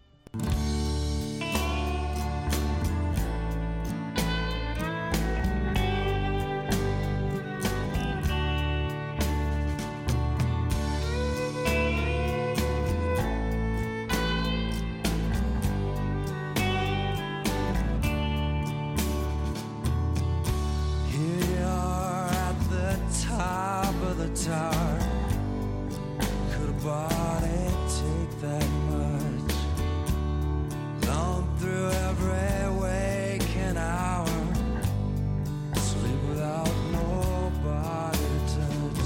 Here you are at the top of the tower. Could a body take that much? Long through every waking hour, sleep without nobody to touch.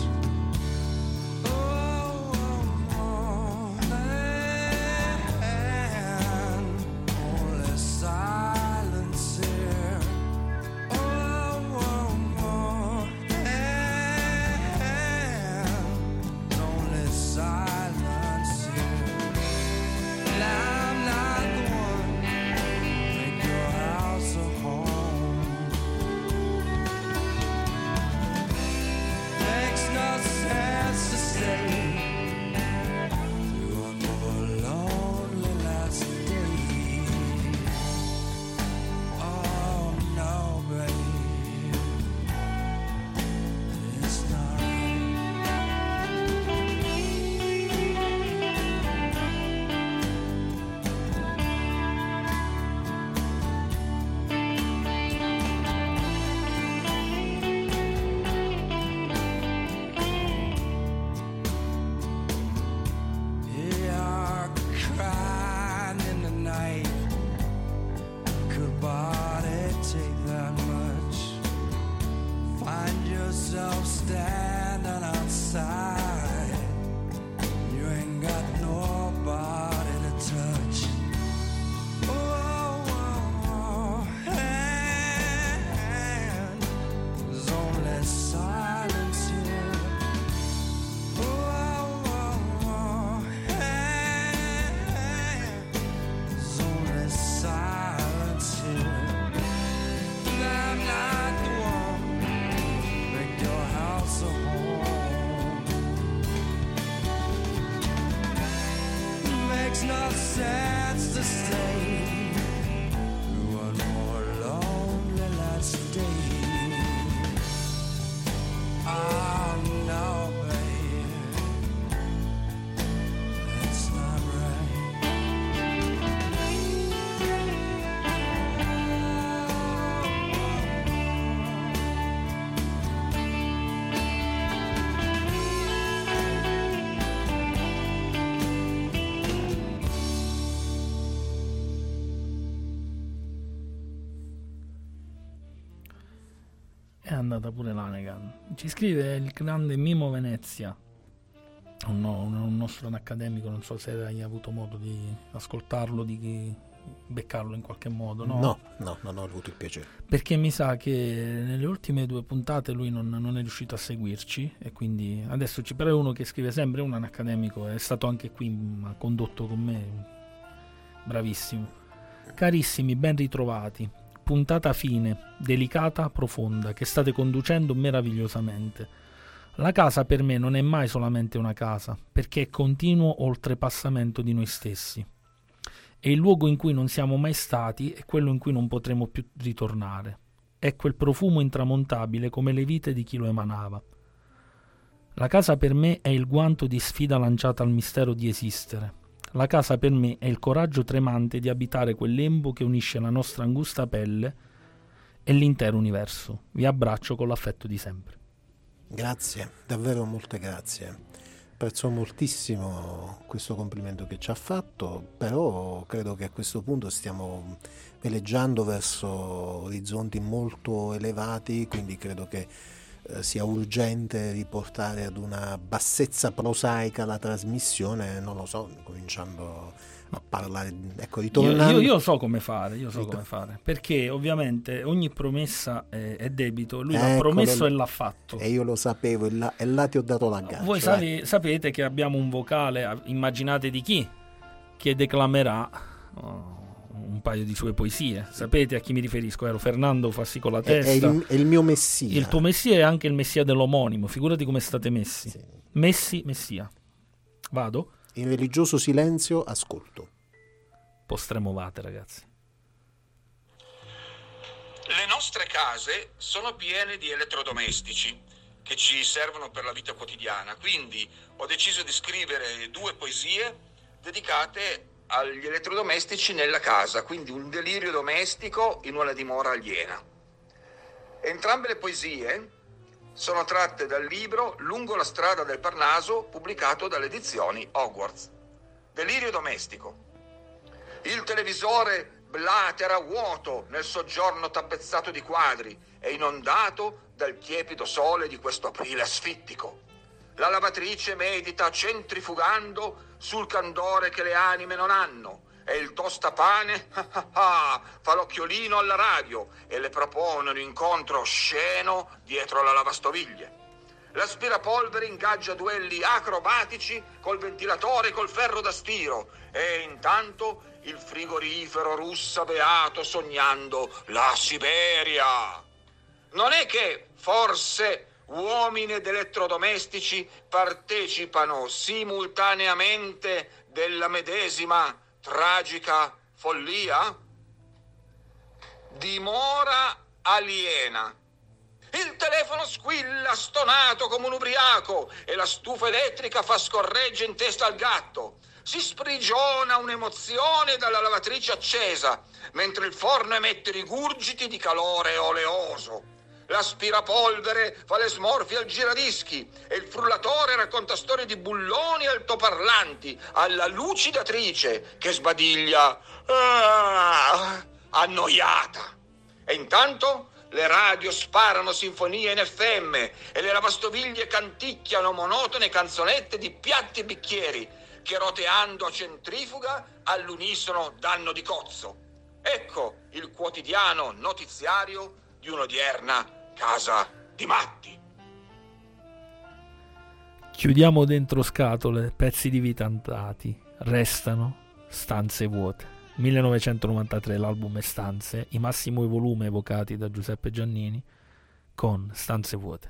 Oh, and only silence here. Only silence here. And I'm not the one. Make your house a home. Makes no sense to stay through one more lonely last day. Oh no, babe, it's not you are crying in the night. Could body take that much? Find yourself standing outside. You ain't got nobody to touch. Oh, and there's only silence here. There's only silence here. I'm not the one. Make your house a home. Makes no sense to stay through one more lonely last day. Oh no, babe, that's not right. È andata pure Lanegan. Ci scrive il grande Mimo Venezia, un nostro accademico, non so se hai avuto modo di ascoltarlo, di beccarlo in qualche modo, no? No, non ho avuto il piacere. Perché mi sa che nelle ultime 2 puntate lui non è riuscito a seguirci, e quindi adesso però è uno che scrive sempre, un accademico, è stato anche qui, ha condotto con me, bravissimo. Carissimi, ben ritrovati. Puntata fine, delicata, profonda, che state conducendo meravigliosamente. La casa per me non è mai solamente una casa, perché è continuo oltrepassamento di noi stessi. E il luogo in cui non siamo mai stati è quello in cui non potremo più ritornare. È quel profumo intramontabile come le vite di chi lo emanava. La casa per me è il guanto di sfida lanciata al mistero di esistere. La casa per me è il coraggio tremante di abitare quel lembo che unisce la nostra angusta pelle e l'intero universo. Vi abbraccio con l'affetto di sempre. Grazie, davvero molte grazie. Apprezzo moltissimo questo complimento che ci ha fatto, però credo che a questo punto stiamo veleggiando verso orizzonti molto elevati, quindi credo che sia urgente riportare ad una bassezza prosaica la trasmissione, non lo so, cominciando a parlare, ecco, ritornando. Io so come fare, perché ovviamente ogni promessa è debito, lui l'ha promesso e l'ha fatto. E io lo sapevo, e là ti ho dato l'aggancio. Voi sapete che abbiamo un vocale, immaginate di chi, che declamerà un paio di sue poesie. Sapete a chi mi riferisco? Ero Fernando Fassi con la testa. È il mio messia. Il tuo messia è anche il messia dell'omonimo, figurati come state messi. Sì. Messia. Vado? In religioso silenzio ascolto. Un po' stremovate, ragazzi. Le nostre case sono piene di elettrodomestici che ci servono per la vita quotidiana, quindi ho deciso di scrivere 2 poesie dedicate agli elettrodomestici nella casa, quindi un delirio domestico in una dimora aliena. Entrambe le poesie sono tratte dal libro Lungo la strada del Parnaso, pubblicato dalle edizioni Hogwarts. Delirio domestico. Il televisore blatera vuoto nel soggiorno tappezzato di quadri e inondato dal tiepido sole di questo aprile asfittico. La lavatrice medita centrifugando sul candore che le anime non hanno, e il tostapane fa l'occhiolino alla radio e le propone un incontro osceno dietro la lavastoviglie. L'aspirapolvere ingaggia duelli acrobatici col ventilatore e col ferro da stiro, e intanto il frigorifero russa beato sognando la Siberia. Non è che forse uomini ed elettrodomestici partecipano simultaneamente della medesima tragica follia? Dimora aliena. Il telefono squilla stonato come un ubriaco e la stufa elettrica fa scorregge in testa al gatto. Si sprigiona un'emozione dalla lavatrice accesa, mentre il forno emette rigurgiti di calore oleoso. L'aspirapolvere fa le smorfie al giradischi e il frullatore racconta storie di bulloni e altoparlanti alla lucidatrice che sbadiglia annoiata. E intanto le radio sparano sinfonie in FM e le lavastoviglie canticchiano monotone canzonette di piatti e bicchieri che roteando a centrifuga all'unisono danno di cozzo. Ecco il quotidiano notiziario di un'odierna casa di matti. Chiudiamo dentro scatole pezzi di vita andati, restano stanze vuote. 1993 l'album è Stanze, i massimi volumi evocati da Giuseppe Giannini con Stanze vuote.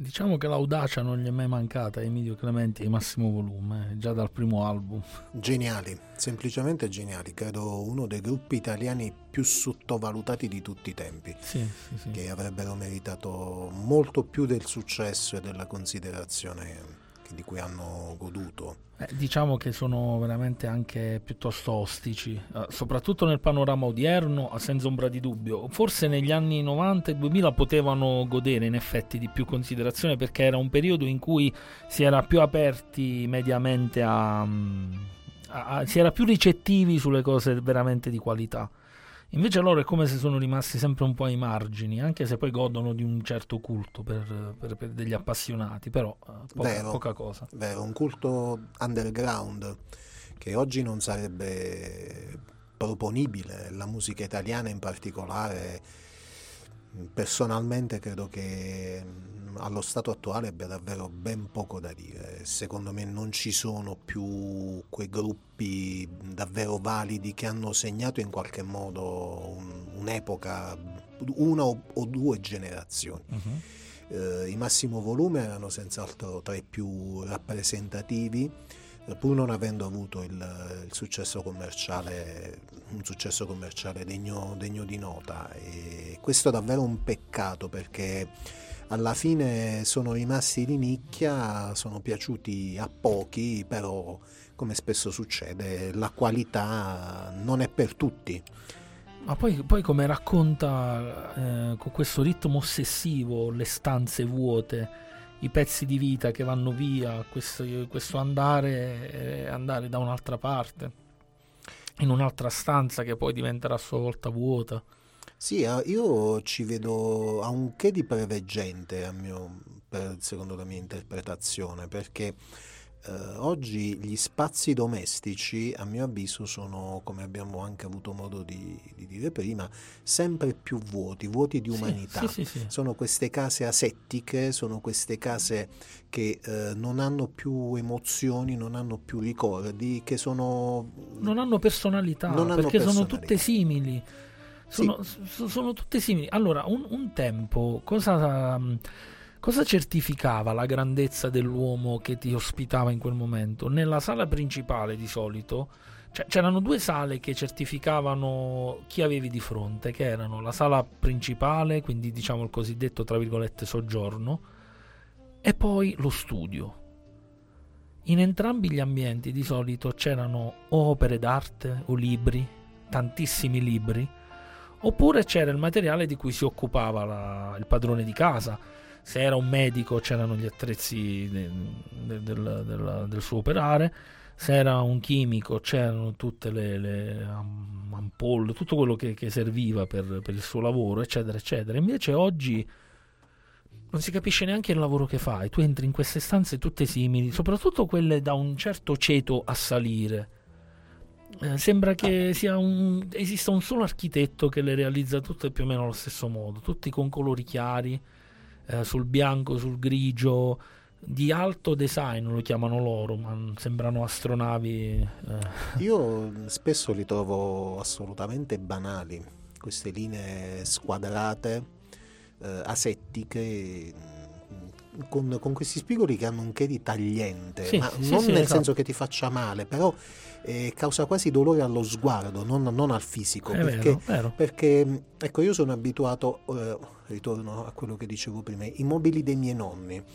Diciamo che l'audacia non gli è mai mancata a Emilio Clementi e Massimo Volume, già dal primo album. Geniali, semplicemente geniali. Credo uno dei gruppi italiani più sottovalutati di tutti i tempi, Sì. che avrebbero meritato molto più del successo e della considerazione di cui hanno goduto. Diciamo che sono veramente anche piuttosto ostici, soprattutto nel panorama odierno, senza ombra di dubbio. Forse negli anni 90 e 2000 potevano godere in effetti di più considerazione, perché era un periodo in cui si era più aperti mediamente si era più ricettivi sulle cose veramente di qualità. Invece loro è come se sono rimasti sempre un po' ai margini, anche se poi godono di un certo culto per degli appassionati, però poca cosa. Vero, un culto underground che oggi non sarebbe proponibile. La musica italiana in particolare, personalmente credo che allo stato attuale abbia davvero ben poco da dire. Secondo me non ci sono più quei gruppi davvero validi che hanno segnato in qualche modo un'epoca, una o due generazioni. I Massimo Volume erano senz'altro tra i più rappresentativi, pur non avendo avuto il successo commerciale, un successo commerciale degno di nota, e questo è davvero un peccato, perché alla fine sono rimasti di nicchia, sono piaciuti a pochi, però come spesso succede la qualità non è per tutti. Ma poi come racconta con questo ritmo ossessivo le stanze vuote, i pezzi di vita che vanno via, questo andare da un'altra parte, in un'altra stanza che poi diventerà a sua volta vuota. Sì, io ci vedo a un che di preveggente, secondo la mia interpretazione, perché oggi gli spazi domestici, a mio avviso, sono, come abbiamo anche avuto modo di dire prima, sempre più vuoti di umanità. Sì. Sono queste case asettiche, sono queste case che non hanno più emozioni, non hanno più ricordi, che non hanno personalità, perché sono tutte simili. Sono tutte simili. Allora, un tempo cosa certificava la grandezza dell'uomo che ti ospitava in quel momento? Nella sala principale di solito c'erano due sale che certificavano chi avevi di fronte, che erano la sala principale, quindi diciamo il cosiddetto tra virgolette soggiorno, e poi lo studio. In entrambi gli ambienti di solito c'erano o opere d'arte o libri, tantissimi libri, oppure c'era il materiale di cui si occupava il padrone di casa. Se era un medico c'erano gli attrezzi del suo operare, se era un chimico c'erano tutte le ampolle, tutto quello che serviva per il suo lavoro, eccetera eccetera. Invece oggi non si capisce neanche il lavoro che fai. Tu entri in queste stanze tutte simili, soprattutto quelle da un certo ceto a salire. Sembra che esista un solo architetto che le realizza tutte più o meno allo stesso modo, tutti con colori chiari, sul bianco, sul grigio, di alto design lo chiamano loro, ma sembrano astronavi. Io spesso li trovo assolutamente banali, queste linee squadrate, asettiche, con questi spigoli che hanno un che di tagliente, ma non nel senso che ti faccia male, però causa quasi dolore allo sguardo, non al fisico, perché ecco, io sono abituato, ritorno a quello che dicevo prima, i mobili dei miei nonni,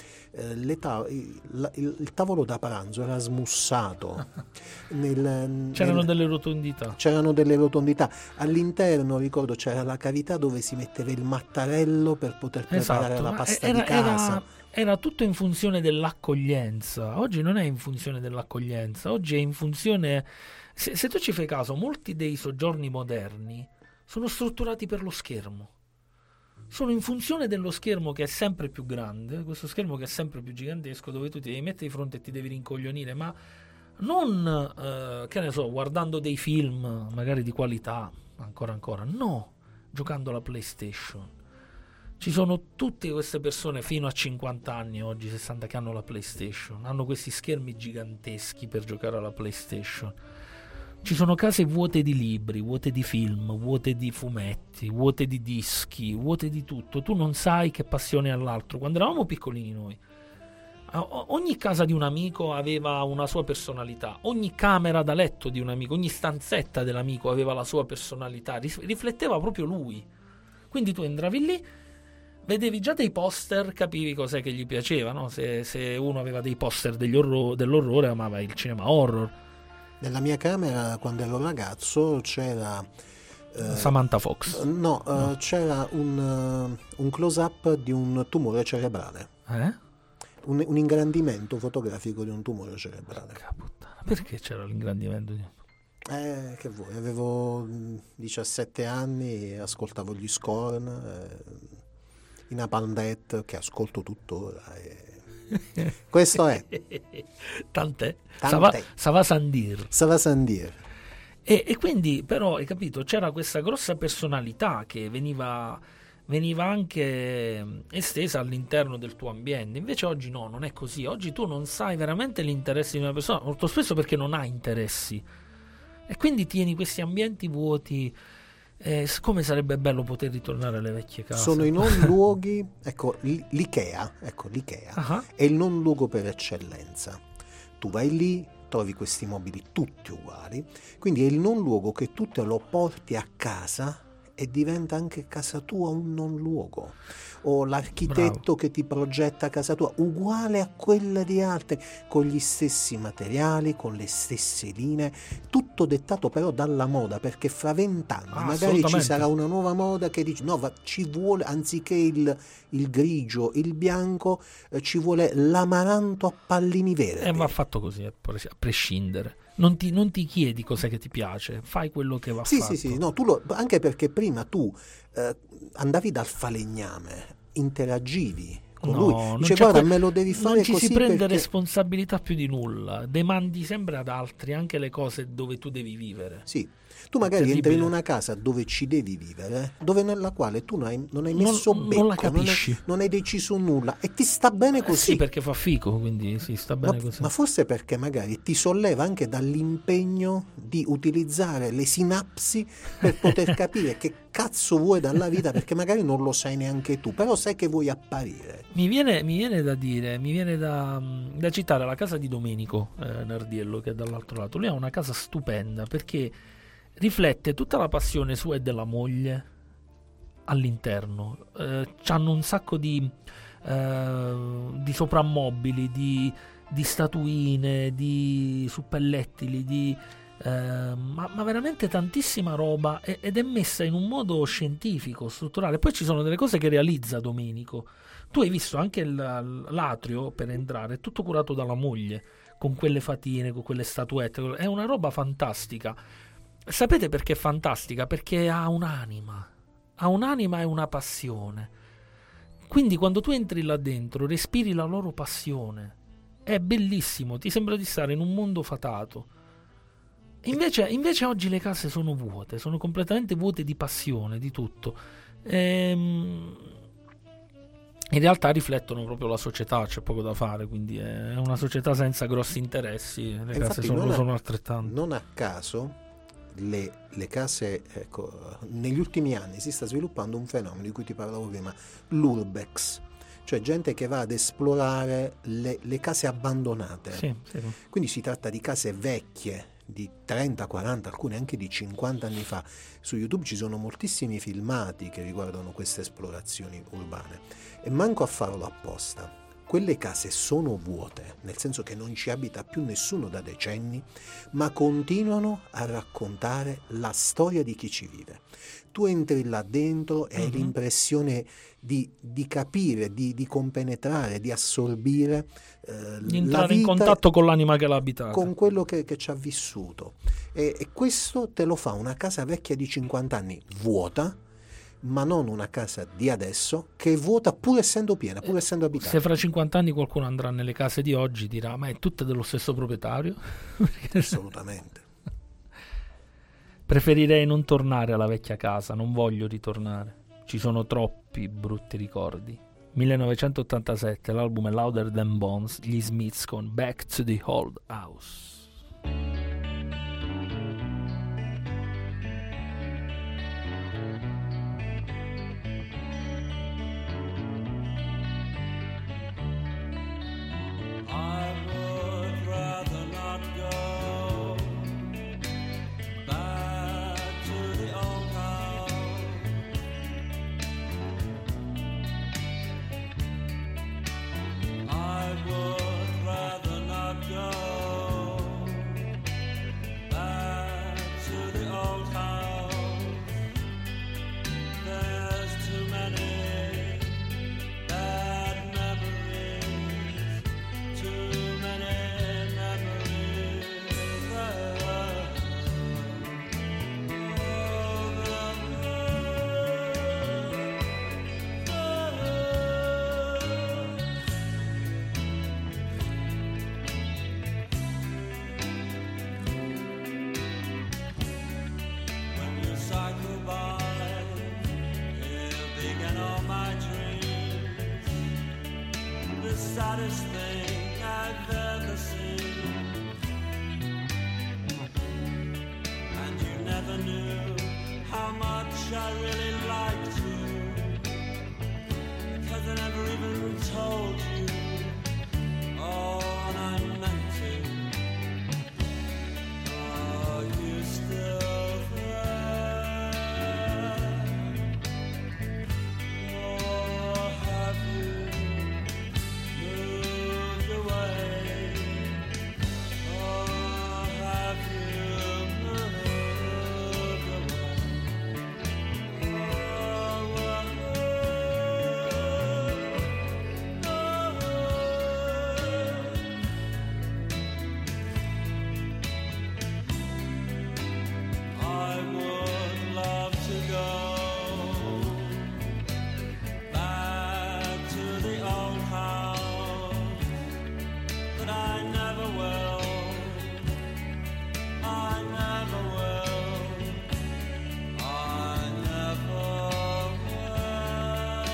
il tavolo da pranzo era smussato, c'erano delle rotondità, all'interno ricordo c'era la cavità dove si metteva il mattarello per poter preparare la pasta di casa. Era tutto in funzione dell'accoglienza. Oggi non è in funzione dell'accoglienza, oggi è in funzione, se tu ci fai caso, molti dei soggiorni moderni sono strutturati per lo schermo, sono in funzione dello schermo che è sempre più grande, questo schermo che è sempre più gigantesco, dove tu ti devi mettere di fronte e ti devi rincoglionire, ma non che ne so, guardando dei film magari di qualità, ancora no, giocando alla PlayStation. Ci sono tutte queste persone fino a 50 anni, oggi 60, che hanno la PlayStation, hanno questi schermi giganteschi per giocare alla PlayStation. Ci sono case vuote di libri, vuote di film, vuote di fumetti, vuote di dischi, vuote di tutto. Tu non sai che passione ha l'altro. Quando eravamo piccolini noi, ogni casa di un amico aveva una sua personalità, ogni camera da letto di un amico, ogni stanzetta dell'amico aveva la sua personalità, rifletteva proprio lui. Quindi tu entravi lì, vedevi già dei poster, capivi cos'è che gli piaceva, no? Se uno aveva dei poster dell'orrore, amava il cinema horror. Nella mia camera, quando ero ragazzo, c'era Samantha Fox. No. C'era un close-up di un tumore cerebrale. Un ingrandimento fotografico di un tumore cerebrale. Puttana, perché c'era l'ingrandimento di... Che vuoi? Avevo 17 anni, ascoltavo gli Scorn, i Napalm Death, che ascolto tuttora. Questo è. Tant'è. Ça va sans dire. E quindi, però, hai capito, c'era questa grossa personalità che veniva anche estesa all'interno del tuo ambiente. Invece oggi no, non è così. Oggi tu non sai veramente gli interessi di una persona, molto spesso perché non ha interessi, e quindi tieni questi ambienti vuoti. Come sarebbe bello poter ritornare alle vecchie case. Sono i non luoghi, ecco, l'IKEA è il non luogo per eccellenza. Tu vai lì, trovi questi mobili tutti uguali, quindi è il non luogo che tu te lo porti a casa e diventa anche casa tua un non luogo, o l'architetto che ti progetta casa tua uguale a quella di altri, con gli stessi materiali, con le stesse linee, tutto dettato però dalla moda, perché fra 20 anni magari ci sarà una nuova moda che dice no, ci vuole, anziché il grigio, il bianco, ci vuole l'amaranto a pallini verdi. Va fatto così, a prescindere. Non ti chiedi cos'è che ti piace, fai quello che va fatto. Sì, no, anche perché prima tu andavi dal falegname, interagivi con lui, dice guarda, me lo devi fare così. Non ci si prende responsabilità più di nulla, demandi sempre ad altri anche le cose dove tu devi vivere. Sì, tu magari entri in una casa dove ci devi vivere, nella quale tu non hai messo becco, non la capisci, non hai deciso nulla e ti sta bene così. Sì, perché fa fico, quindi sì, sta bene così. Ma forse perché magari ti solleva anche dall'impegno di utilizzare le sinapsi per poter capire che cazzo vuoi dalla vita, perché magari non lo sai neanche tu, però sai che vuoi apparire. Mi viene da citare la casa di Domenico Nardiello, che è dall'altro lato. Lui ha una casa stupenda perché riflette tutta la passione sua e della moglie all'interno. C'hanno un sacco di soprammobili, di statuine, di suppellettili, ma veramente tantissima roba, ed è messa in un modo scientifico, strutturale. Poi ci sono delle cose che realizza Domenico. Tu hai visto anche l'atrio per entrare, è tutto curato dalla moglie, con quelle fatine, con quelle statuette. È una roba fantastica. Sapete perché è fantastica? Perché ha un'anima e una passione. Quindi quando tu entri là dentro respiri la loro passione. È bellissimo, ti sembra di stare in un mondo fatato. Invece oggi le case sono vuote, sono completamente vuote di passione, di tutto. In realtà riflettono proprio la società, c'è poco da fare, quindi è una società senza grossi interessi, le case sono altrettanto. Non a caso le case, ecco, negli ultimi anni si sta sviluppando un fenomeno di cui ti parlavo prima, l'urbex, cioè gente che va ad esplorare le case abbandonate. Sì. Quindi si tratta di case vecchie di 30, 40, alcune anche di 50 anni fa. Su YouTube ci sono moltissimi filmati che riguardano queste esplorazioni urbane, e manco a farlo apposta. Quelle case sono vuote, nel senso che non ci abita più nessuno da decenni, ma continuano a raccontare la storia di chi ci vive. Tu entri là dentro e hai l'impressione di capire, di compenetrare, di assorbire di entrare la vita, in contatto con l'anima che l'ha abitata, con quello che ci ha vissuto. E questo te lo fa una casa vecchia di 50 anni, vuota, ma non una casa di adesso che è vuota pur essendo piena, pur essendo abitata. Se fra 50 anni qualcuno andrà nelle case di oggi dirà ma è tutta dello stesso proprietario? Assolutamente. Preferirei non tornare alla vecchia casa, non voglio ritornare, ci sono troppi brutti ricordi. 1987, l'album è Louder Than Bones, gli Smiths con Back to the Old House. saddest thing I've ever seen. And you never knew how much I really liked you, because I never even told you. Oh, and I meant to. Are you still there? Or have you moved away? Or have you moved away? I would love to go back to the old house, but I never will. I never will. I never will.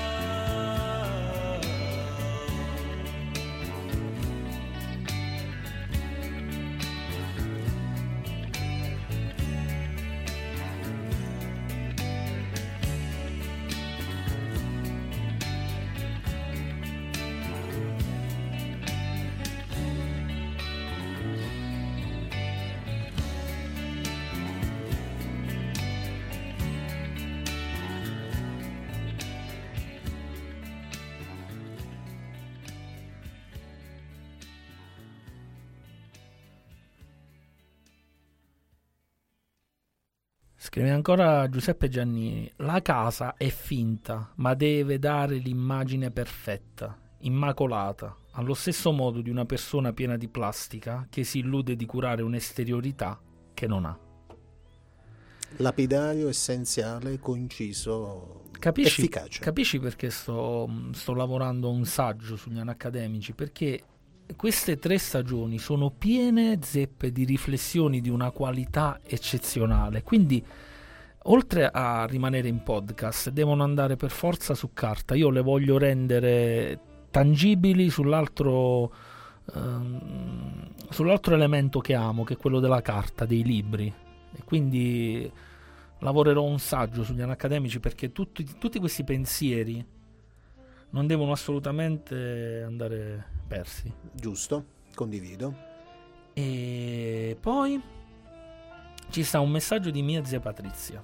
Scrive ancora Giuseppe Giannini: la casa è finta, ma deve dare l'immagine perfetta, immacolata, allo stesso modo di una persona piena di plastica che si illude di curare un'esteriorità che non ha. Lapidario, essenziale, conciso, Capisci, efficace. capisci perché sto lavorando a un saggio sugli anacademici? Perché queste 3 stagioni sono piene zeppe di riflessioni di una qualità eccezionale, quindi oltre a rimanere in podcast devono andare per forza su carta. Io le voglio rendere tangibili sull'altro elemento che amo, che è quello della carta, dei libri, e quindi lavorerò un saggio sugli anacademici, perché tutti questi pensieri non devono assolutamente andare persi. Giusto, condivido. E poi ci sta un messaggio di mia zia Patrizia.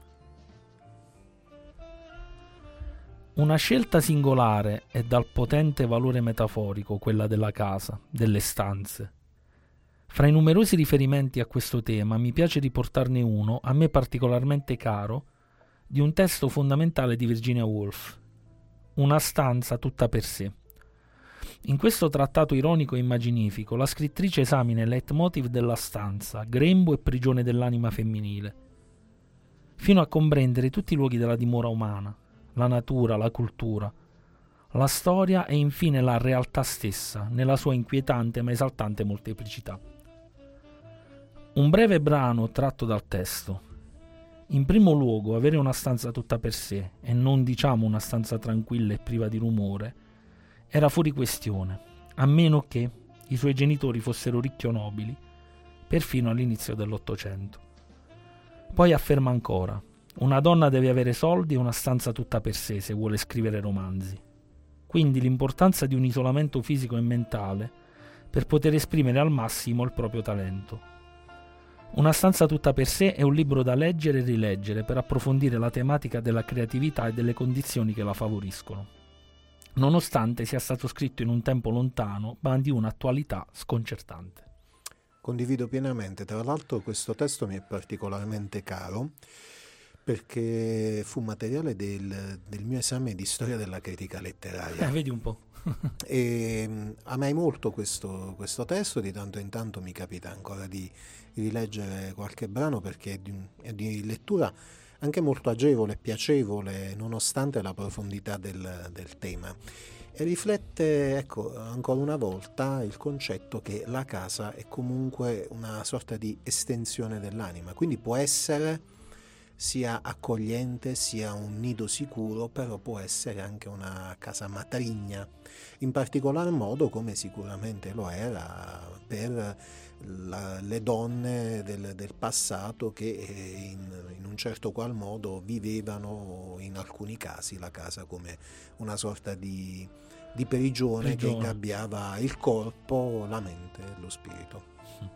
Una scelta singolare e dal potente valore metaforico, quella della casa, delle stanze. Fra i numerosi riferimenti a questo tema mi piace riportarne uno, a me particolarmente caro, di un testo fondamentale di Virginia Woolf, Una stanza tutta per sé. In questo trattato ironico e immaginifico, la scrittrice esamina il leitmotiv della stanza, grembo e prigione dell'anima femminile, fino a comprendere tutti i luoghi della dimora umana, la natura, la cultura, la storia e infine la realtà stessa, nella sua inquietante ma esaltante molteplicità. Un breve brano tratto dal testo. In primo luogo, avere una stanza tutta per sé, e non diciamo una stanza tranquilla e priva di rumore, era fuori questione, a meno che i suoi genitori fossero ricchi o nobili, perfino all'inizio dell'Ottocento. Poi afferma ancora: una donna deve avere soldi e una stanza tutta per sé se vuole scrivere romanzi. Quindi l'importanza di un isolamento fisico e mentale per poter esprimere al massimo il proprio talento. Una stanza tutta per sé è un libro da leggere e rileggere per approfondire la tematica della creatività e delle condizioni che la favoriscono, nonostante sia stato scritto in un tempo lontano ma di un'attualità sconcertante. Condivido pienamente. Tra l'altro questo testo mi è particolarmente caro perché fu materiale del mio esame di storia della critica letteraria. Vedi un po'. E amai molto questo testo, di tanto in tanto mi capita ancora di rileggere qualche brano perché è di lettura anche molto agevole e piacevole nonostante la profondità del tema, e riflette, ecco, ancora una volta il concetto che la casa è comunque una sorta di estensione dell'anima, quindi può essere sia accogliente, sia un nido sicuro, però può essere anche una casa matrigna, in particolar modo come sicuramente lo era per le donne del passato che in un certo qual modo vivevano in alcuni casi la casa come una sorta di prigione che ingabbiava il corpo, la mente e lo spirito.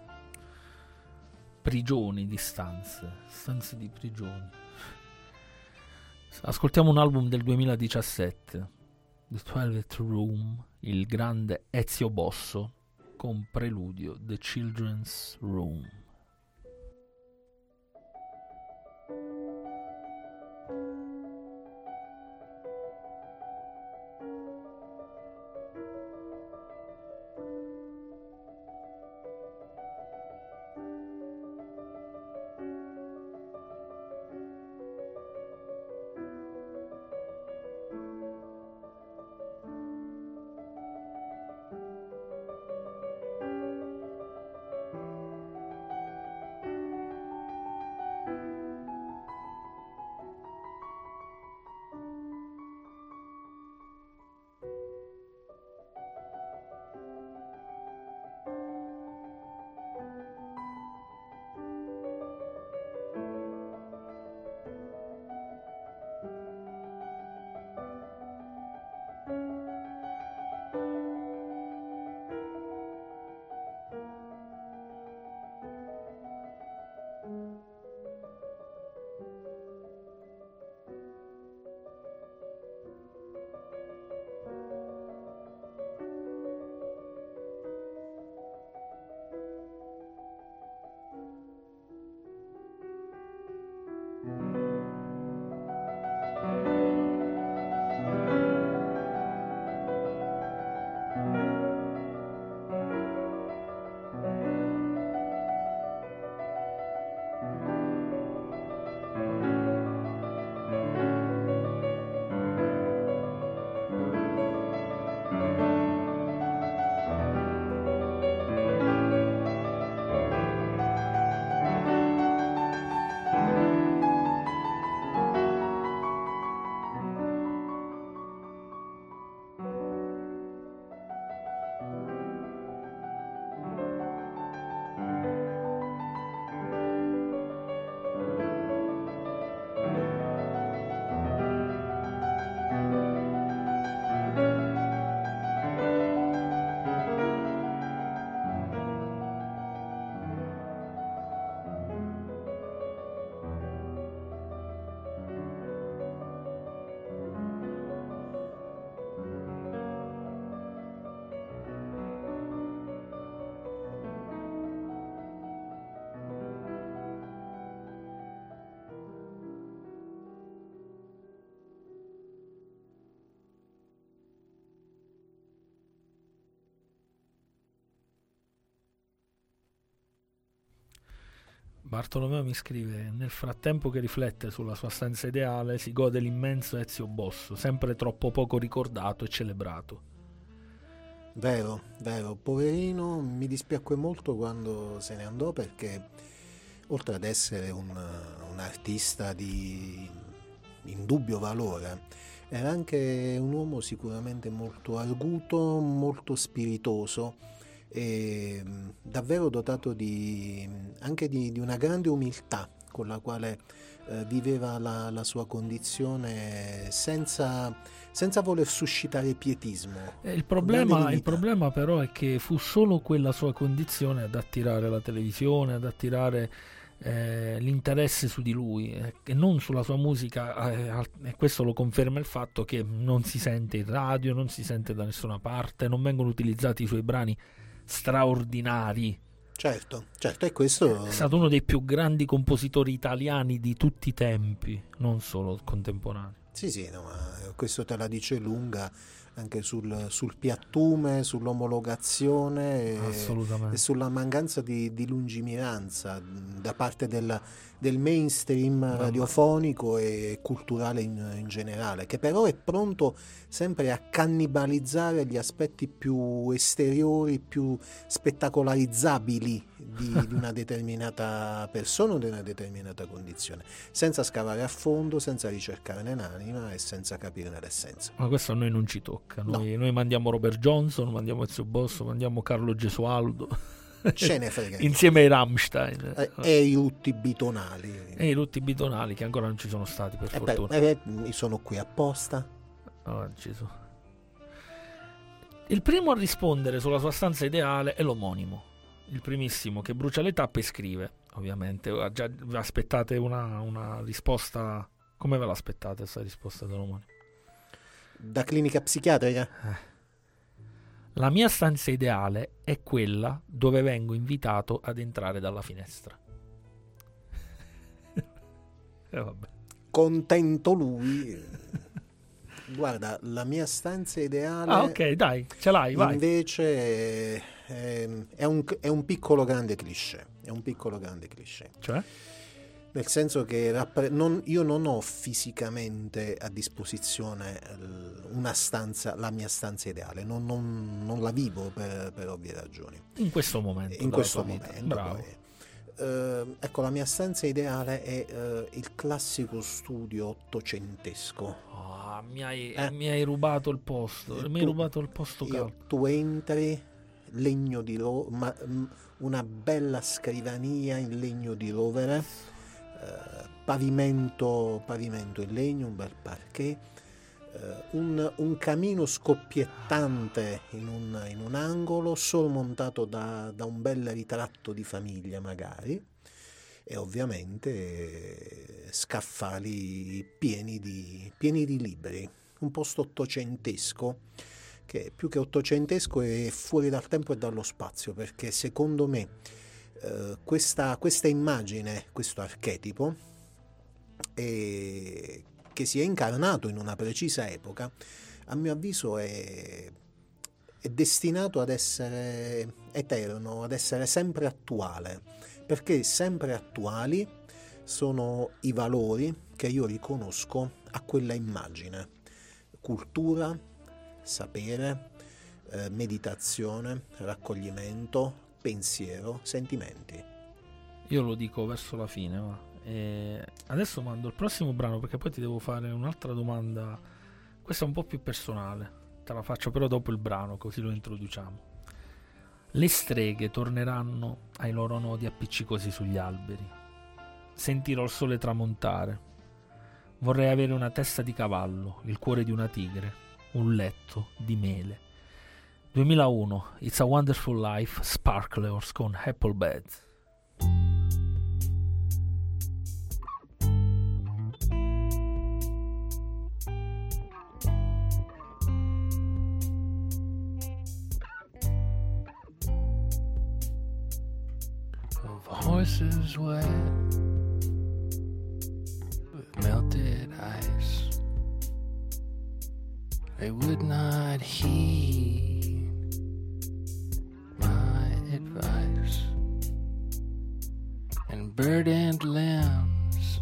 Prigioni di stanze di prigioni. Ascoltiamo un album del 2017, The 12th Room, il grande Ezio Bosso, con preludio The Children's Room. Bartolomeo mi scrive: nel frattempo che riflette sulla sua stanza ideale si gode l'immenso Ezio Bosso, sempre troppo poco ricordato e celebrato. Vero, poverino, mi dispiacque molto quando se ne andò, perché oltre ad essere un artista di indubbio valore, era anche un uomo sicuramente molto arguto, molto spiritoso e davvero dotato anche di una grande umiltà con la quale viveva la sua condizione senza voler suscitare pietismo. Il problema però è che fu solo quella sua condizione ad attirare la televisione, ad attirare l'interesse su di lui e non sulla sua musica, e questo lo conferma il fatto che non si sente in radio, non si sente da nessuna parte, non vengono utilizzati i suoi brani straordinari. Certo, e questo è stato uno dei più grandi compositori italiani di tutti i tempi, non solo contemporanei. Sì, no, ma questo te la dice lunga anche sul piattume, sull'omologazione Assolutamente. e sulla mancanza di lungimiranza da parte del mainstream radiofonico e culturale in generale, che però è pronto sempre a cannibalizzare gli aspetti più esteriori, più spettacolarizzabili di una determinata persona o di una determinata condizione, senza scavare a fondo, senza ricercare nell'anima e senza capire l'essenza. Ma questo a noi non ci tocca. Noi mandiamo Robert Johnson, mandiamo Ezio Bosso, mandiamo Carlo Gesualdo. Ce ne frega insieme ai Rammstein e i lutti bitonali che ancora non ci sono stati, per fortuna. Sono qui apposta. Ci sono. Il primo a rispondere sulla sua stanza ideale è l'omonimo, il primissimo, che brucia le tappe e scrive. Ovviamente già vi aspettate una risposta. Come ve l'aspettate questa risposta dell'omonimo? Da clinica psichiatrica? La mia stanza ideale è quella dove vengo invitato ad entrare dalla finestra. Vabbè. Contento lui. Guarda, la mia stanza ideale... ok, dai, ce l'hai, vai. Invece è un piccolo grande cliché. È un piccolo grande cliché. Cioè? Nel senso che io non ho fisicamente a disposizione una stanza, la mia stanza ideale, non la vivo per ovvie ragioni. In questo momento. In questo momento. Bravo. Ecco, la mia stanza ideale è il classico studio ottocentesco. Mi hai rubato il posto. Mi hai rubato il posto caldo. Tu entri, legno di una bella scrivania in legno di rovere. Pavimento in legno, un bel parquet, un camino scoppiettante in un angolo, sormontato da un bel ritratto di famiglia magari, e ovviamente scaffali pieni di libri. Un posto ottocentesco che più che ottocentesco è fuori dal tempo e dallo spazio, perché secondo me questa immagine, questo archetipo che si è incarnato in una precisa epoca, a mio avviso è destinato ad essere eterno, ad essere sempre attuale, perché sempre attuali sono i valori che io riconosco a quella immagine: cultura, sapere, meditazione, raccoglimento, pensiero, sentimenti. Io lo dico verso la fine, ma adesso mando il prossimo brano, perché poi ti devo fare un'altra domanda. Questa è un po' più personale, te la faccio però dopo il brano, così lo introduciamo. Le streghe torneranno ai loro nodi appiccicosi sugli alberi. Sentirò il sole tramontare. Vorrei avere una testa di cavallo, il cuore di una tigre, un letto di mele. 2001, It's a Wonderful Life, Sparklers con Apple Beds. Of horses wet with melted ice, they would not heed my advice, and burdened limbs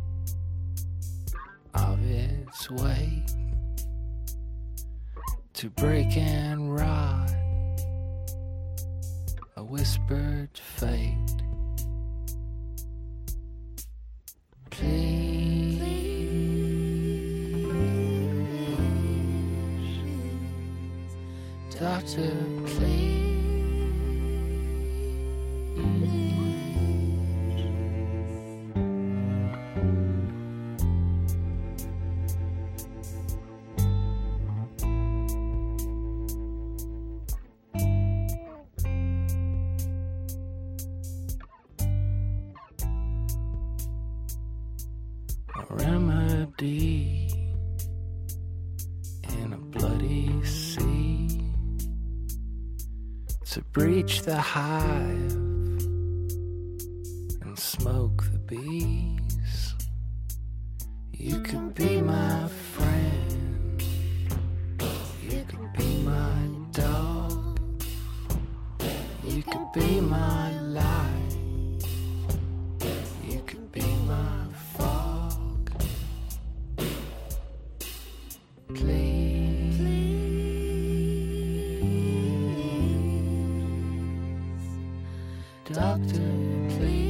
of its weight to break and rot, a whispered fate. Doctor, please. A remedy in a bloody sea to breach the hive and smoke the bees. You could be my friend, you You could be my light. You could be my fog. Please, Doctor, please.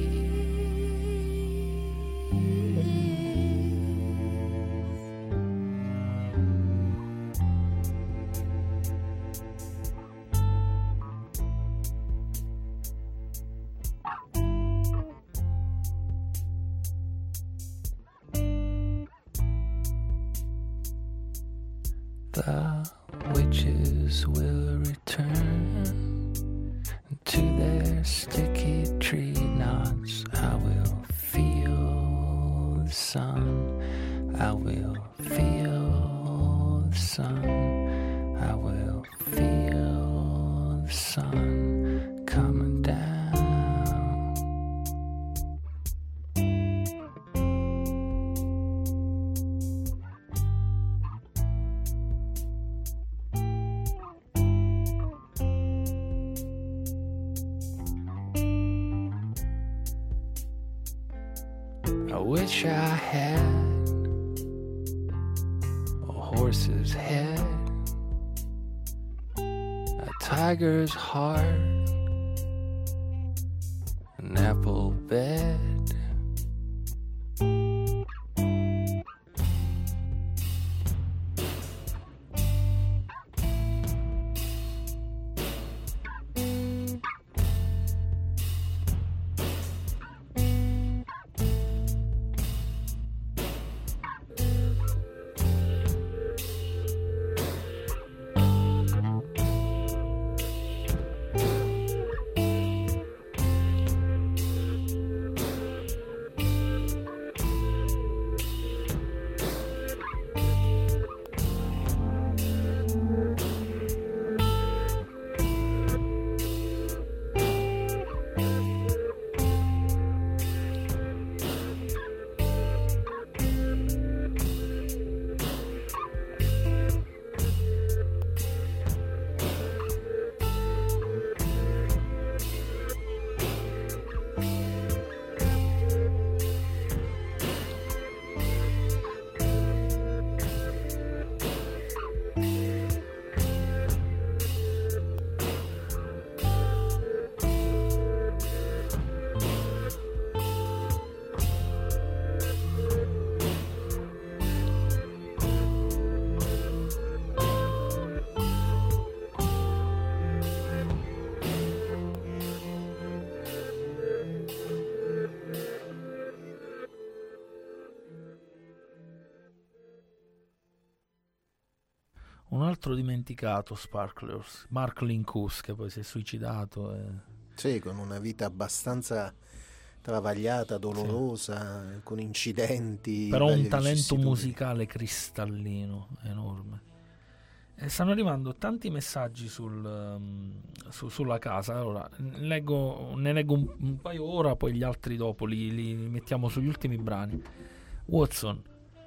The witches will return to their sticky tree knots. I will feel the sun. I will feel the sun. I will feel the sun coming down. I wish I had a horse's head, a tiger's heart, an apple bed. Un altro dimenticato, Sparklers, Mark Linkous, che poi si è suicidato. Sì, con una vita abbastanza travagliata, dolorosa, sì, con incidenti. Però un talento musicale cristallino, enorme. E stanno arrivando tanti messaggi sulla casa. Allora, ne leggo un paio ora, poi gli altri dopo, li mettiamo sugli ultimi brani. Watson: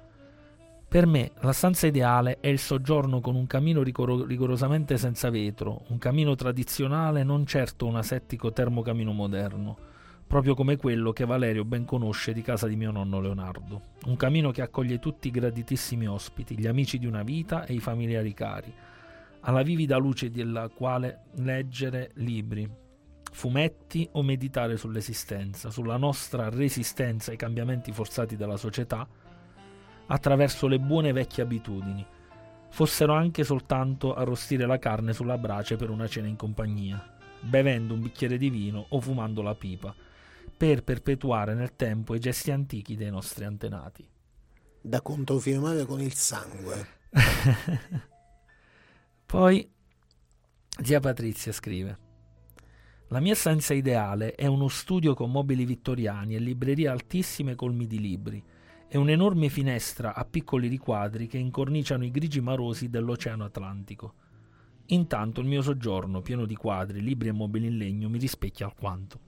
per me la stanza ideale è il soggiorno con un camino rigorosamente senza vetro, un camino tradizionale, non certo un asettico termocamino moderno, proprio come quello che Valerio ben conosce di casa di mio nonno Leonardo. Un camino che accoglie tutti i graditissimi ospiti, gli amici di una vita e i familiari cari, alla vivida luce della quale leggere libri, fumetti o meditare sull'esistenza, sulla nostra resistenza ai cambiamenti forzati della società, attraverso le buone vecchie abitudini, fossero anche soltanto arrostire la carne sulla brace per una cena in compagnia, bevendo un bicchiere di vino o fumando la pipa, per perpetuare nel tempo i gesti antichi dei nostri antenati. Da controfirmare con il sangue. Poi zia Patrizia scrive: la mia stanza ideale è uno studio con mobili vittoriani e librerie altissime colmi di libri, e un'enorme finestra a piccoli riquadri che incorniciano i grigi marosi dell'Oceano Atlantico. Intanto il mio soggiorno, pieno di quadri, libri e mobili in legno, mi rispecchia alquanto.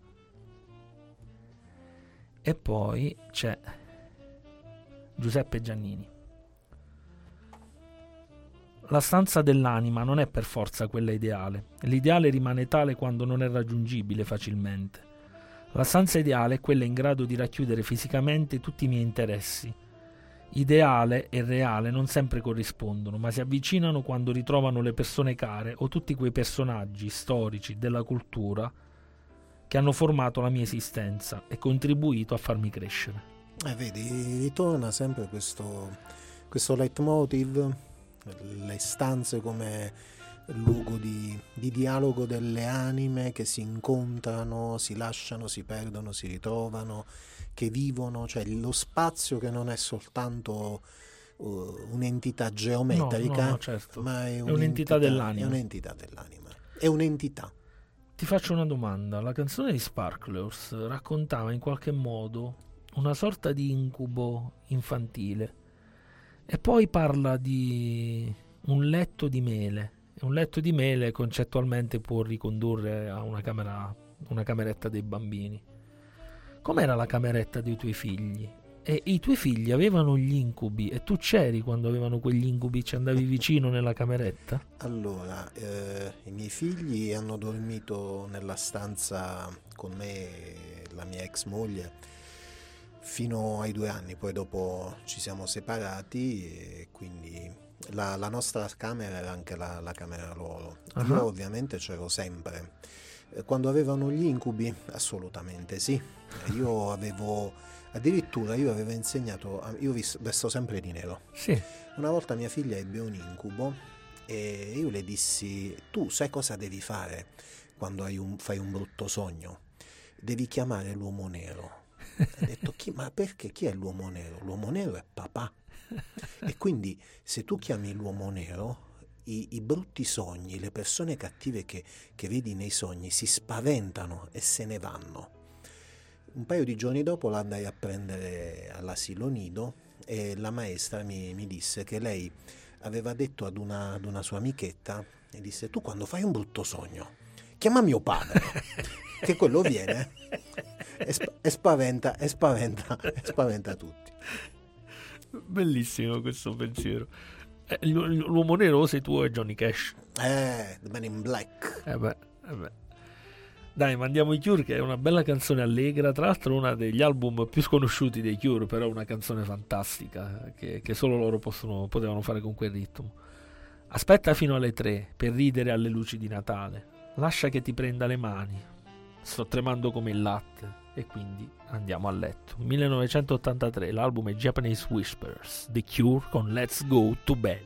E poi c'è Giuseppe Giannini. La stanza dell'anima non è per forza quella ideale. L'ideale rimane tale quando non è raggiungibile facilmente. La stanza ideale è quella in grado di racchiudere fisicamente tutti i miei interessi. Ideale e reale non sempre corrispondono, ma si avvicinano quando ritrovano le persone care o tutti quei personaggi storici della cultura che hanno formato la mia esistenza e contribuito a farmi crescere. Vedi, ritorna sempre questo leitmotiv, le stanze come luogo di dialogo delle anime che si incontrano, si lasciano, si perdono, si ritrovano, che vivono, cioè lo spazio che non è soltanto un'entità geometrica, no, certo. ma è un'entità dell'anima. È un'entità dell'anima, è un'entità. Ti faccio una domanda. La canzone di Sparklers raccontava in qualche modo una sorta di incubo infantile e poi parla di un letto di mele. Un letto di mele concettualmente può ricondurre a una cameretta dei bambini. Com'era la cameretta dei tuoi figli? E i tuoi figli avevano gli incubi e tu c'eri quando avevano quegli incubi, ci andavi vicino nella cameretta? Allora, i miei figli hanno dormito nella stanza con me e la mia ex moglie fino ai 2 anni, poi dopo ci siamo separati e quindi la nostra camera era anche la camera loro. Io ovviamente c'ero sempre. Quando avevano gli incubi, assolutamente sì. Io avevo insegnato, io vesto sempre di nero. Sì. Una volta mia figlia ebbe un incubo e io le dissi: tu sai cosa devi fare quando fai un brutto sogno? Devi chiamare l'uomo nero. Ha detto: ma perché? Chi è l'uomo nero? L'uomo nero è papà. E quindi se tu chiami l'uomo nero, i brutti sogni, le persone cattive che vedi nei sogni si spaventano e se ne vanno. Un paio di giorni dopo l'andai a prendere all'asilo nido e la maestra mi disse che lei aveva detto ad una sua amichetta, e disse: tu quando fai un brutto sogno chiama mio padre che quello viene e spaventa tutti. Bellissimo questo pensiero. L'uomo nero sei tu e Johnny Cash. The Man in Black. Beh. Dai, mandiamo i Cure, che è una bella canzone allegra, tra l'altro una degli album più sconosciuti dei Cure, però una canzone fantastica che solo loro potevano fare con quel ritmo. Aspetta fino alle 3 per ridere alle luci di Natale. Lascia che ti prenda le mani. Sto tremando come il latte. E quindi andiamo a letto. 1983, l'album è Japanese Whispers, The Cure con Let's Go to Bed.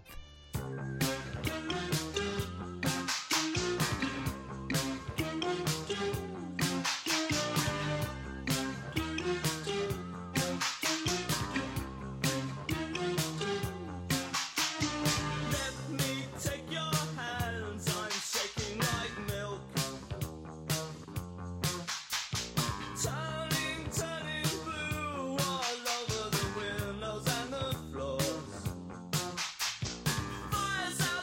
Fires out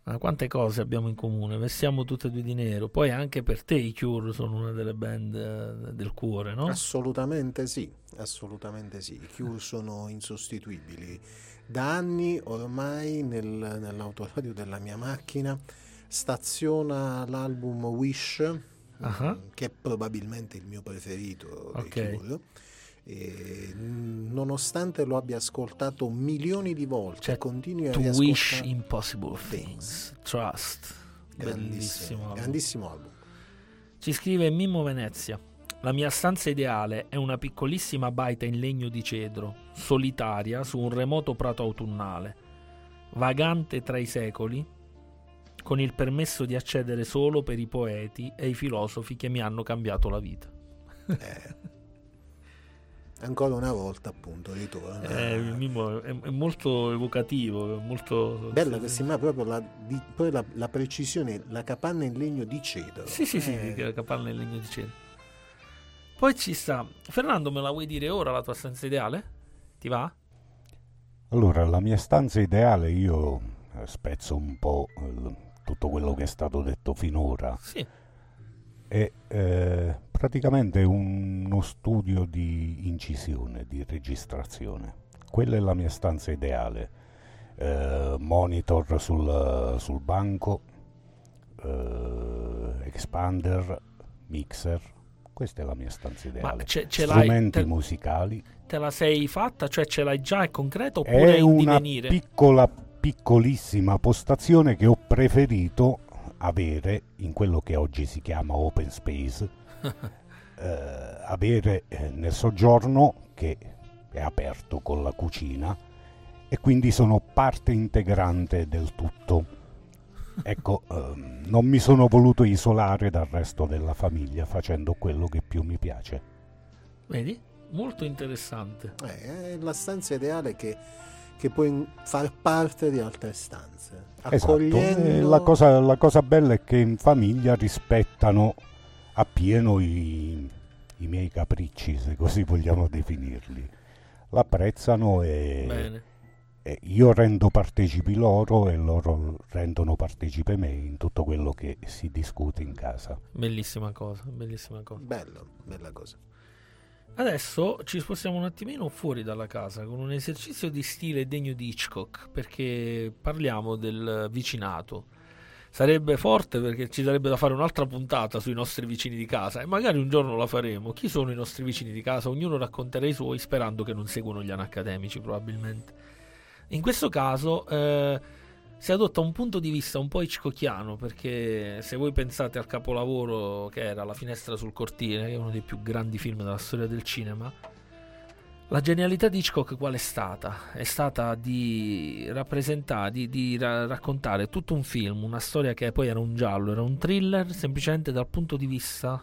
Ma quante cose abbiamo in comune, vestiamo tutte e due di nero. Poi anche per te i Cure sono una delle band del cuore, no? Assolutamente sì, assolutamente sì. I Cure sono insostituibili. Da anni ormai nell'autoradio della mia macchina staziona l'album Wish, che è probabilmente il mio preferito dei Cure. E nonostante lo abbia ascoltato milioni di volte, cioè, continui a To riascoltare. Wish Impossible Things, Trust, grandissimo album. Ci scrive Mimmo Venezia: la mia stanza ideale è una piccolissima baita in legno di cedro, solitaria su un remoto prato autunnale, vagante tra i secoli, con il permesso di accedere solo per i poeti e i filosofi che mi hanno cambiato la vita. Ancora una volta, appunto, ritorna. Mimmo è molto evocativo, è molto bello che sembra proprio poi la precisione, la capanna in legno di cedro. Sì, la capanna in legno di cedro. Poi ci sta Fernando, me la vuoi dire ora la tua stanza ideale? Ti va? Allora, la mia stanza ideale, io spezzo un po' tutto quello che è stato detto finora. Sì. È praticamente uno studio di incisione, di registrazione. Quella è la mia stanza ideale. Monitor sul banco, expander, mixer. Questa è la mia stanza ideale. Ma ce strumenti musicali. Te la sei fatta? Cioè ce l'hai già, è concreto oppure è in una divenire? piccolissima postazione che ho preferito avere in quello che oggi si chiama open space, avere nel soggiorno, che è aperto con la cucina, e quindi sono parte integrante del tutto. Ecco, non mi sono voluto isolare dal resto della famiglia facendo quello che più mi piace. Vedi? Molto interessante. È la stanza ideale che puoi far parte di altre stanze. Accogliendo... Esatto. La cosa bella è che in famiglia rispettano appieno i miei capricci, se così vogliamo definirli. L'apprezzano e io rendo partecipi loro e loro rendono partecipe me in tutto quello che si discute in casa. Bellissima cosa. Bella cosa. Adesso ci spostiamo un attimino fuori dalla casa con un esercizio di stile degno di Hitchcock, perché parliamo del vicinato. Sarebbe forte perché ci sarebbe da fare un'altra puntata sui nostri vicini di casa e magari un giorno la faremo. Chi sono i nostri vicini di casa? Ognuno racconterà i suoi, sperando che non seguano gli anacademici probabilmente. In questo caso si adotta un punto di vista un po' hitchcockiano, perché se voi pensate al capolavoro che era La finestra sul cortile, che è uno dei più grandi film della storia del cinema, la genialità di Hitchcock qual è stata? È stata di rappresentare, di raccontare tutto un film, una storia che poi era un giallo, era un thriller, semplicemente dal punto di vista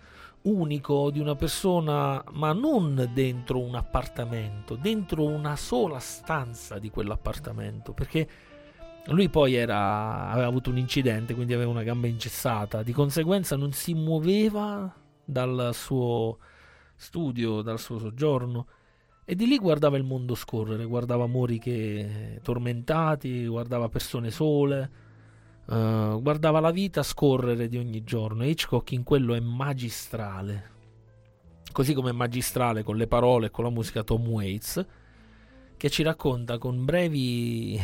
unico di una persona, ma non dentro un appartamento, dentro una sola stanza di quell'appartamento, perché lui poi aveva avuto un incidente, quindi aveva una gamba ingessata, di conseguenza non si muoveva dal suo studio, dal suo soggiorno, e di lì guardava il mondo scorrere, guardava amori tormentati, guardava persone sole, guardava la vita scorrere di ogni giorno. E Hitchcock in quello è magistrale, così come è magistrale con le parole e con la musica Tom Waits, che ci racconta con brevi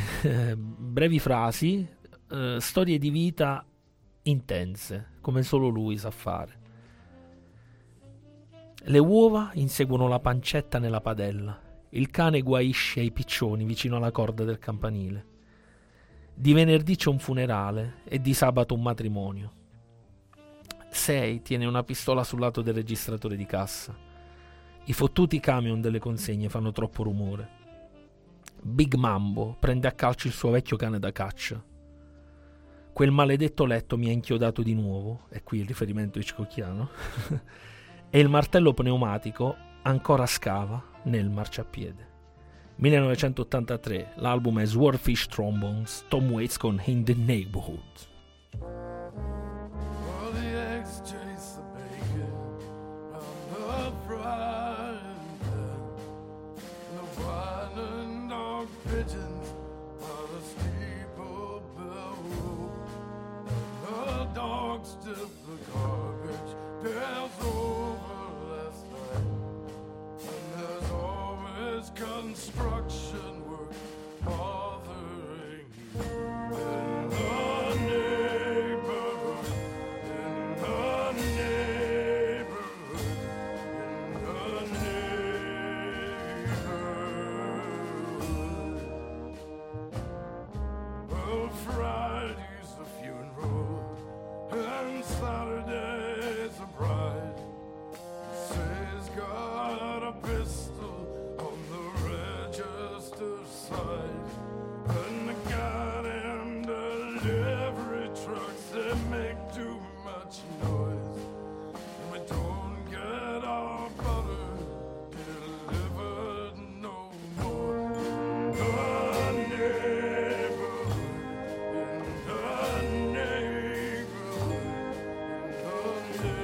frasi storie di vita intense, come solo lui sa fare. Le uova inseguono la pancetta nella padella, il cane guaisce ai piccioni vicino alla corda del campanile. Di venerdì c'è un funerale e di sabato un matrimonio. 6 tiene una pistola sul lato del registratore di cassa. I fottuti camion delle consegne fanno troppo rumore. Big Mambo prende a calci il suo vecchio cane da caccia. Quel maledetto letto mi ha inchiodato di nuovo, e qui il riferimento hitchcockiano, e il martello pneumatico ancora scava nel marciapiede. 1983, l'album è Swordfish Trombones, Tom Waits con In the Neighborhood. Well, the eggs chase the bacon on the frying pan. The wine and dog pigeons on a steeple bell construction work bothering you in the neighborhood, in the neighborhood, in the neighborhood. Well, Friday's the funeral and Saturday's a bride. Say's got a pistol on the register side, and the goddamn delivery trucks, they make too much noise. We don't get our butter delivered no more. The neighborhood, in the neighborhood, in the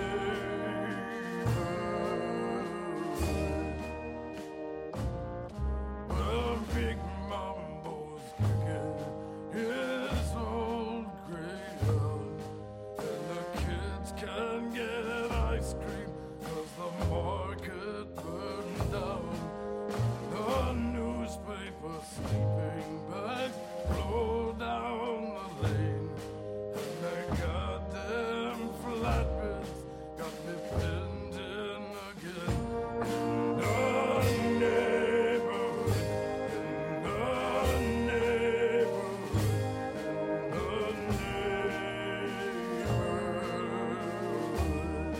well, Big Mambo's kicking his old greyhound, and the kids can't get ice cream 'cause the market burned down. The newspaper sleeping bags blow down the lane, and the goddamn flatbeds got me pinned in again. In the neighborhood, in the neighborhood, in the neighborhood.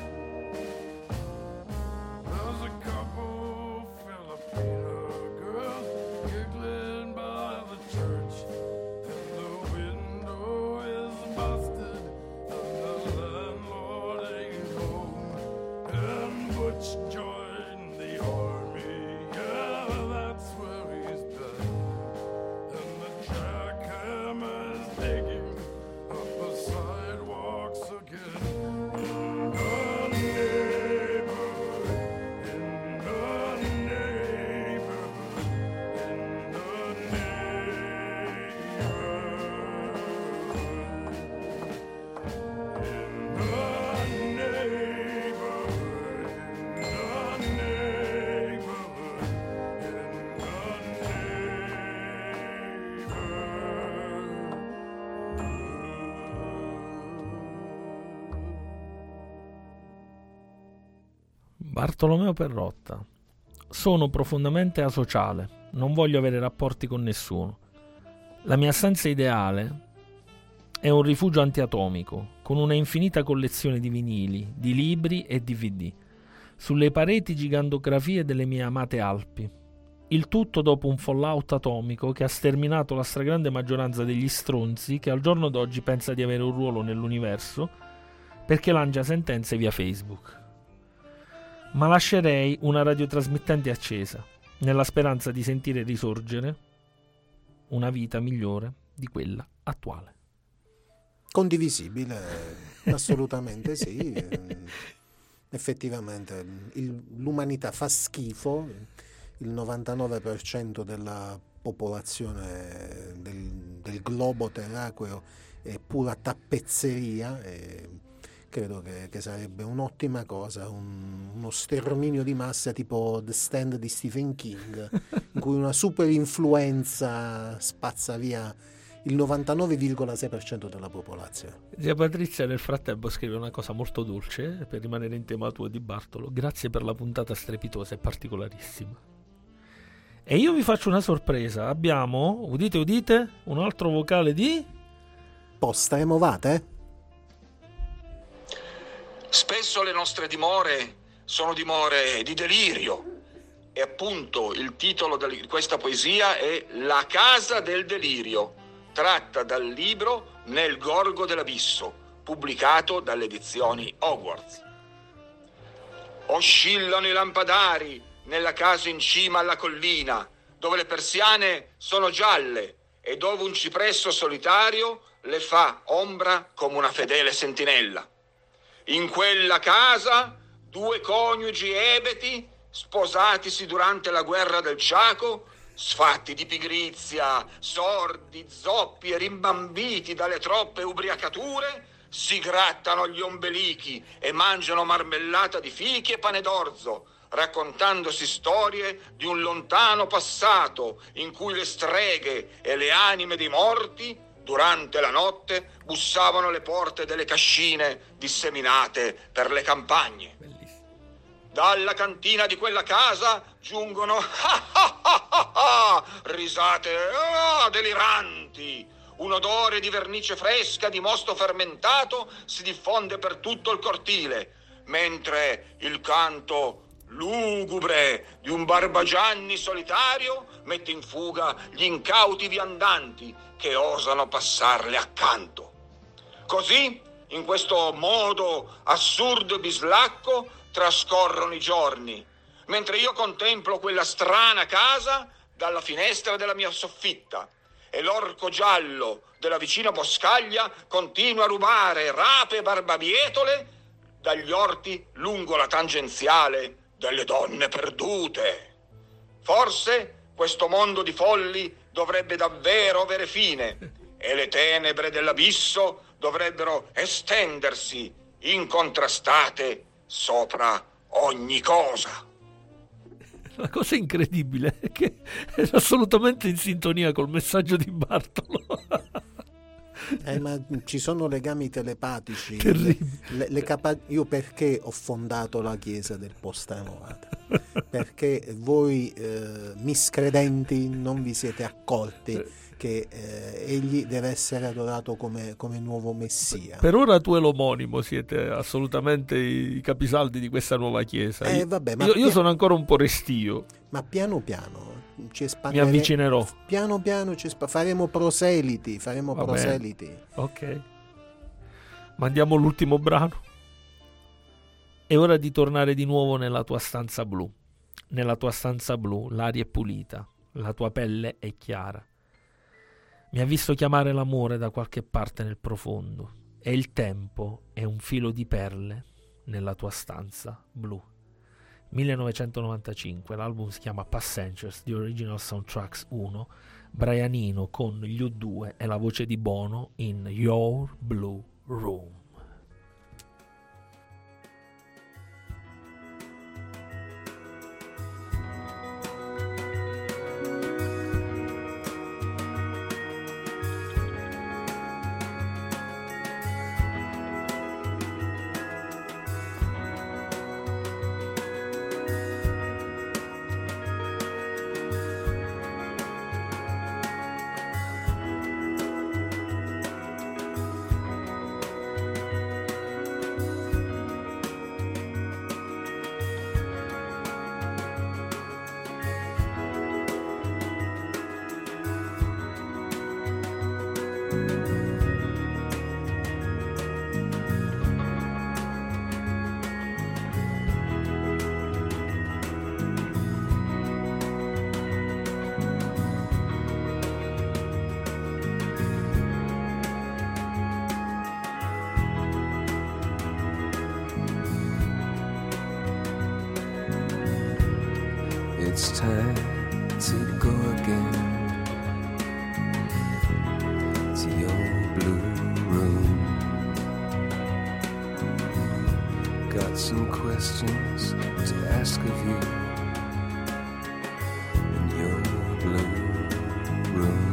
There's a couple Filipino girls giggling by the church, and the window is busted, and the landlord ain't home. And Butch joined the army, yeah, that's where he's been. And the jackhammer's digging up the sidewalks again. In the neighborhood, in the neighborhood, in the neighborhood. In the neighborhood, in the neighborhood, in the Bartolomeo Perrotta. Sono profondamente asociale, non voglio avere rapporti con nessuno. La mia stanza ideale è un rifugio antiatomico, con una infinita collezione di vinili, di libri e DVD. Sulle pareti gigantografie delle mie amate Alpi. Il tutto dopo un fallout atomico che ha sterminato la stragrande maggioranza degli stronzi che al giorno d'oggi pensa di avere un ruolo nell'universo perché lancia sentenze via Facebook. Ma lascerei una radiotrasmittente accesa, nella speranza di sentire risorgere una vita migliore di quella attuale. Condivisibile, assolutamente sì. Effettivamente l'umanità fa schifo, il 99% della popolazione del globo terracqueo è pura tappezzeria, e credo che sarebbe un'ottima cosa, uno sterminio di massa tipo The Stand di Stephen King, in cui una super influenza spazza via il 99,6% della popolazione. Zia Patrizia nel frattempo scrive una cosa molto dolce, per rimanere in tema tuo di Bartolo: grazie per la puntata strepitosa e particolarissima. E io vi faccio una sorpresa, abbiamo, udite udite, un altro vocale di Posta Emovate? Spesso le nostre dimore sono dimore di delirio, e appunto il titolo di questa poesia è La casa del delirio, tratta dal libro Nel gorgo dell'abisso, pubblicato dalle edizioni Hogwarts. Oscillano i lampadari nella casa in cima alla collina, dove le persiane sono gialle e dove un cipresso solitario le fa ombra come una fedele sentinella. In quella casa 2 coniugi ebeti, sposatisi durante la guerra del Ciaco, sfatti di pigrizia, sordi, zoppi e rimbambiti dalle troppe ubriacature, si grattano gli ombelichi e mangiano marmellata di fichi e pane d'orzo, raccontandosi storie di un lontano passato in cui le streghe e le anime dei morti durante la notte bussavano alle porte delle cascine disseminate per le campagne. Dalla cantina di quella casa giungono risate deliranti. Un odore di vernice fresca, di mosto fermentato si diffonde per tutto il cortile, mentre il canto lugubre di un Barbagianni solitario mette in fuga gli incauti viandanti che osano passarle accanto. Così, in questo modo assurdo e bislacco, trascorrono i giorni, mentre io contemplo quella strana casa dalla finestra della mia soffitta e l'orco giallo della vicina boscaglia continua a rubare rape e barbabietole dagli orti lungo la tangenziale delle donne perdute. Forse questo mondo di folli dovrebbe davvero avere fine e le tenebre dell'abisso dovrebbero estendersi incontrastate sopra ogni cosa. La cosa incredibile è che è assolutamente in sintonia col messaggio di Bartolo. Ma ci sono legami telepatici. Io perché ho fondato la chiesa del Postanovata? Perché voi miscredenti non vi siete accorti che egli deve essere adorato come nuovo messia. Per ora tu e l'omonimo siete assolutamente i capisaldi di questa nuova chiesa. Io sono ancora un po' restio. Ma piano piano ci mi avvicinerò. Piano piano faremo proseliti. Ok. Mandiamo l'ultimo brano. È ora di tornare di nuovo nella tua stanza blu. Nella tua stanza blu l'aria è pulita, la tua pelle è chiara. Mi ha visto chiamare l'amore da qualche parte nel profondo e il tempo è un filo di perle nella tua stanza blu. 1995, l'album si chiama Passengers, The Original Soundtracks 1, Brian Eno con gli U2 e la voce di Bono in Your Blue Room. It's time to go again to your blue room. Got some questions to ask of you in your blue room.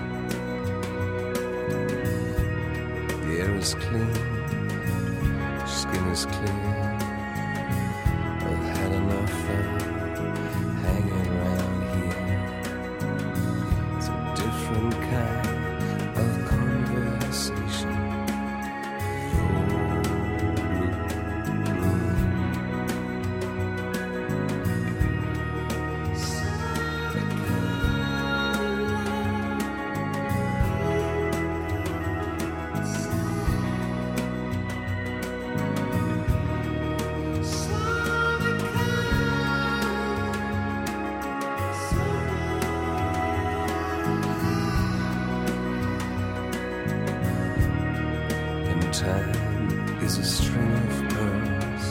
The air is clean, skin is clear. I've had enough fun hanging around here. It's a different kind of conversation. Your blue room. Time is a string of pearls.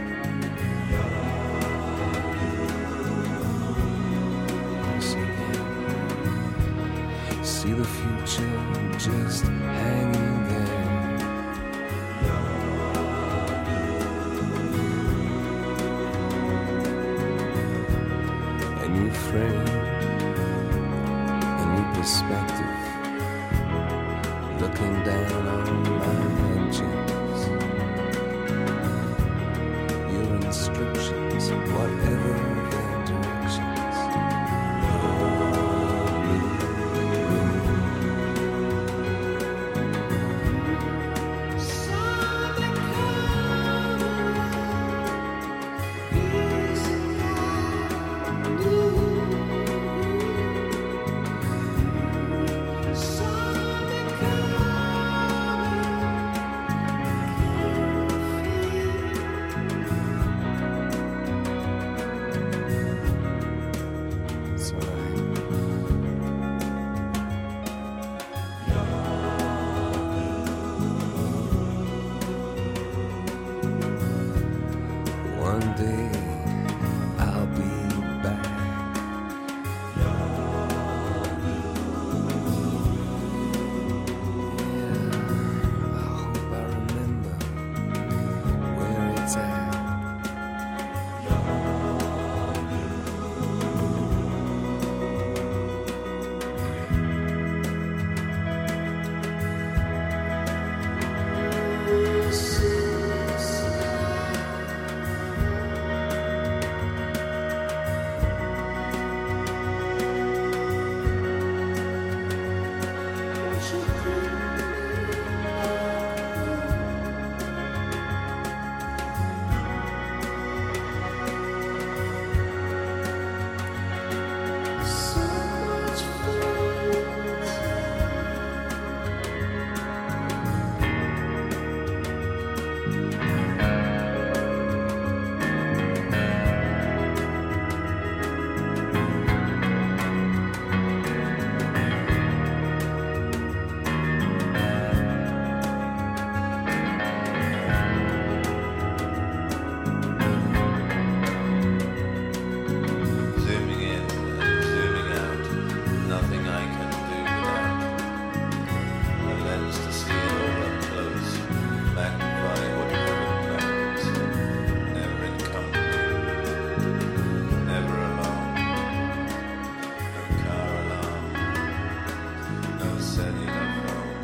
Once again, see the future just hanging there. perspective, looking down on my cheeks. Your instructions, whatever their directions. One day I'll be back. Yeah, I hope I remember where it's at. Zooming in and zooming out, nothing I can do without. A lens to see it all up close, magnify what heaven knows. Never in company, never alone. No car alarm, no cellular phone.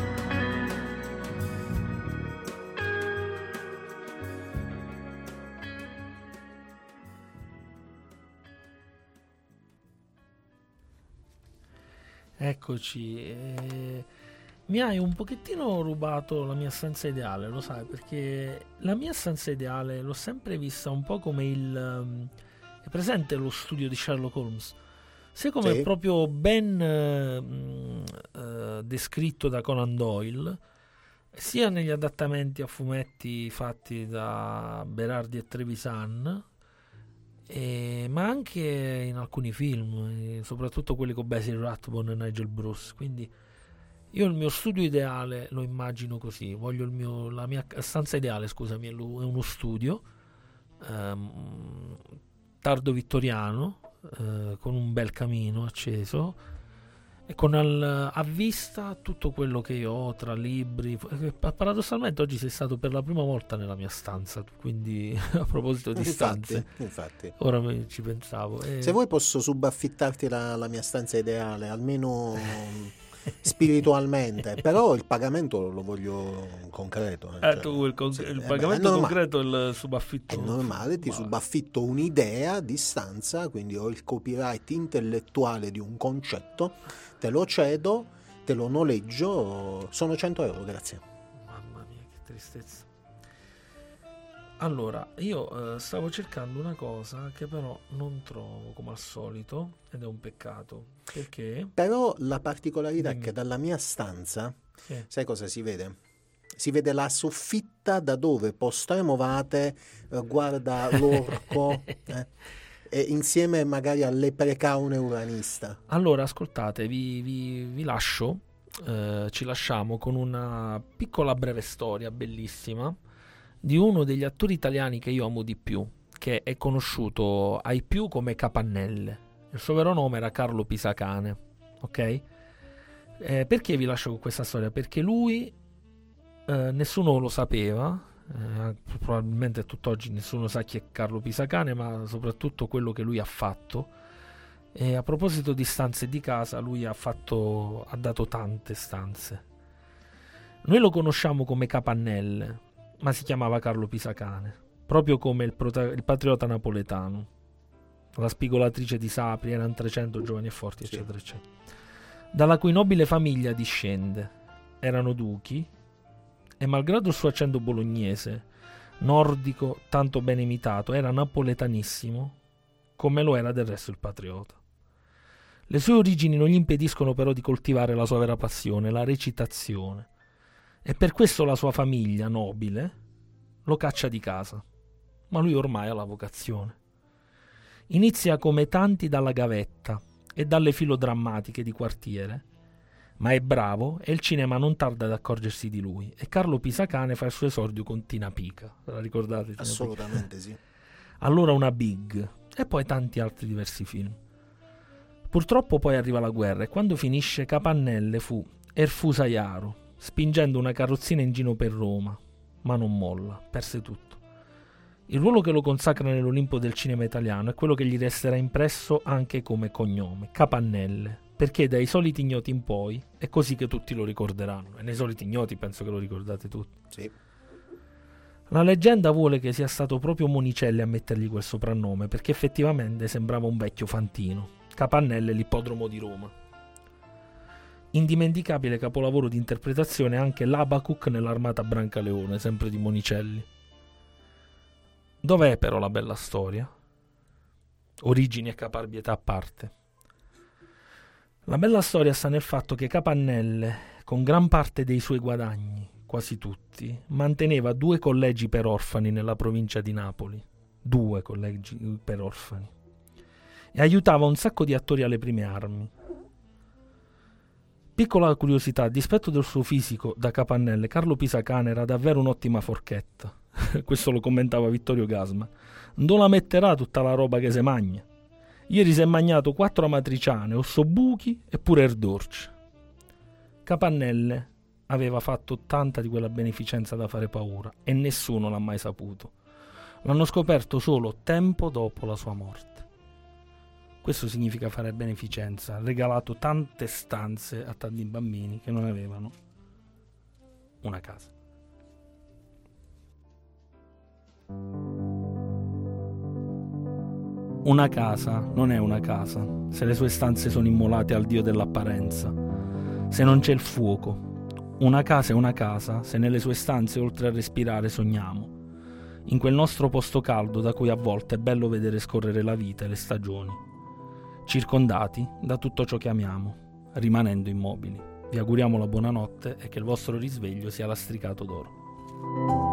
Eccoci. Mi hai un pochettino rubato la mia stanza ideale, lo sai, perché la mia stanza ideale l'ho sempre vista un po' come è presente lo studio di Sherlock Holmes? Sai come Sì. è proprio ben descritto da Conan Doyle, sia negli adattamenti a fumetti fatti da Berardi e Trevisan, ma anche in alcuni film, soprattutto quelli con Basil Rathbone e Nigel Bruce. Quindi io il mio studio ideale lo immagino così. Voglio la mia stanza ideale, scusami, è uno studio tardo vittoriano, con un bel camino acceso e con a vista tutto quello che io ho tra libri. Paradossalmente oggi sei stato per la prima volta nella mia stanza, quindi a proposito di stanze, Infatti. ora ci pensavo. Se vuoi posso subaffittarti la mia stanza ideale, almeno spiritualmente, però il pagamento lo voglio concreto. Tu il è pagamento normale. concreto, il subaffitto. È normale, ti subaffitto un'idea di stanza, quindi ho il copyright intellettuale di un concetto, te lo cedo, te lo noleggio, sono 100 euro, grazie. Mamma mia, che tristezza. Allora, io stavo cercando una cosa che però non trovo come al solito, ed è un peccato, perché Però la particolarità è Dimmi. che dalla mia stanza, Sì. sai cosa si vede? Si vede la soffitta da dove Postremovate guarda l'orco e insieme magari alle precaune uranista. Allora, ascoltate, vi lascio, ci lasciamo con una piccola breve storia bellissima di uno degli attori italiani che io amo di più, che è conosciuto ai più come Capannelle. Il suo vero nome era Carlo Pisacane, ok? Perché vi lascio con questa storia? Perché lui, nessuno lo sapeva, probabilmente a tutt'oggi nessuno sa chi è Carlo Pisacane, ma soprattutto quello che lui ha fatto. E a proposito di stanze di casa, lui ha dato tante stanze. Noi lo conosciamo come Capannelle, ma si chiamava Carlo Pisacane, proprio come il patriota napoletano. La spigolatrice di Sapri, erano 300 giovani e forti, eccetera, eccetera. Dalla cui nobile famiglia discende. Erano duchi e, malgrado il suo accento bolognese, nordico, tanto ben imitato, era napoletanissimo, come lo era del resto il patriota. Le sue origini non gli impediscono però di coltivare la sua vera passione, la recitazione, e per questo la sua famiglia nobile lo caccia di casa, ma lui ormai ha la vocazione. Inizia come tanti dalla gavetta e dalle filodrammatiche di quartiere, ma è bravo e il cinema non tarda ad accorgersi di lui, e Carlo Pisacane fa il suo esordio con Tina Pica. La ricordate? Tina Assolutamente Pica? Sì. Allora una Big e poi tanti altri diversi film. Purtroppo poi arriva la guerra e quando finisce Capannelle fu Erfusaiaro, spingendo una carrozzina in giro per Roma, ma non molla, perse tutto. Il ruolo che lo consacra nell'Olimpo del cinema italiano è quello che gli resterà impresso anche come cognome, Capannelle, perché dai Soliti Ignoti in poi è così che tutti lo ricorderanno, e nei Soliti Ignoti penso che lo ricordate tutti. Sì. La leggenda vuole che sia stato proprio Monicelli a mettergli quel soprannome, perché effettivamente sembrava un vecchio fantino. Capannelle, l'ippodromo di Roma. Indimenticabile capolavoro di interpretazione anche l'Abacuc nell'Armata Brancaleone, sempre di Monicelli. Dov'è però la bella storia? Origini e caparbietà a parte. La bella storia sta nel fatto che Capannelle, con gran parte dei suoi guadagni, quasi tutti, manteneva 2 collegi per orfani nella provincia di Napoli. 2 collegi per orfani. E aiutava un sacco di attori alle prime armi. Piccola curiosità, a dispetto del suo fisico da Capannelle, Carlo Pisacane era davvero un'ottima forchetta. Questo lo commentava Vittorio Gasma. Non la metterà tutta la roba che se magna. Ieri si è magnato 4 amatriciane, ossobuchi e pure erdorci. Capannelle aveva fatto tanta di quella beneficenza da fare paura e nessuno l'ha mai saputo. L'hanno scoperto solo tempo dopo la sua morte. Questo significa fare beneficenza. Ha regalato tante stanze a tanti bambini che non avevano una casa. Una casa non è una casa se le sue stanze sono immolate al dio dell'apparenza, se non c'è il fuoco. Una casa è una casa se nelle sue stanze oltre a respirare sogniamo, in quel nostro posto caldo da cui a volte è bello vedere scorrere la vita e le stagioni, circondati da tutto ciò che amiamo, rimanendo immobili. Vi auguriamo la buonanotte e che il vostro risveglio sia lastricato d'oro.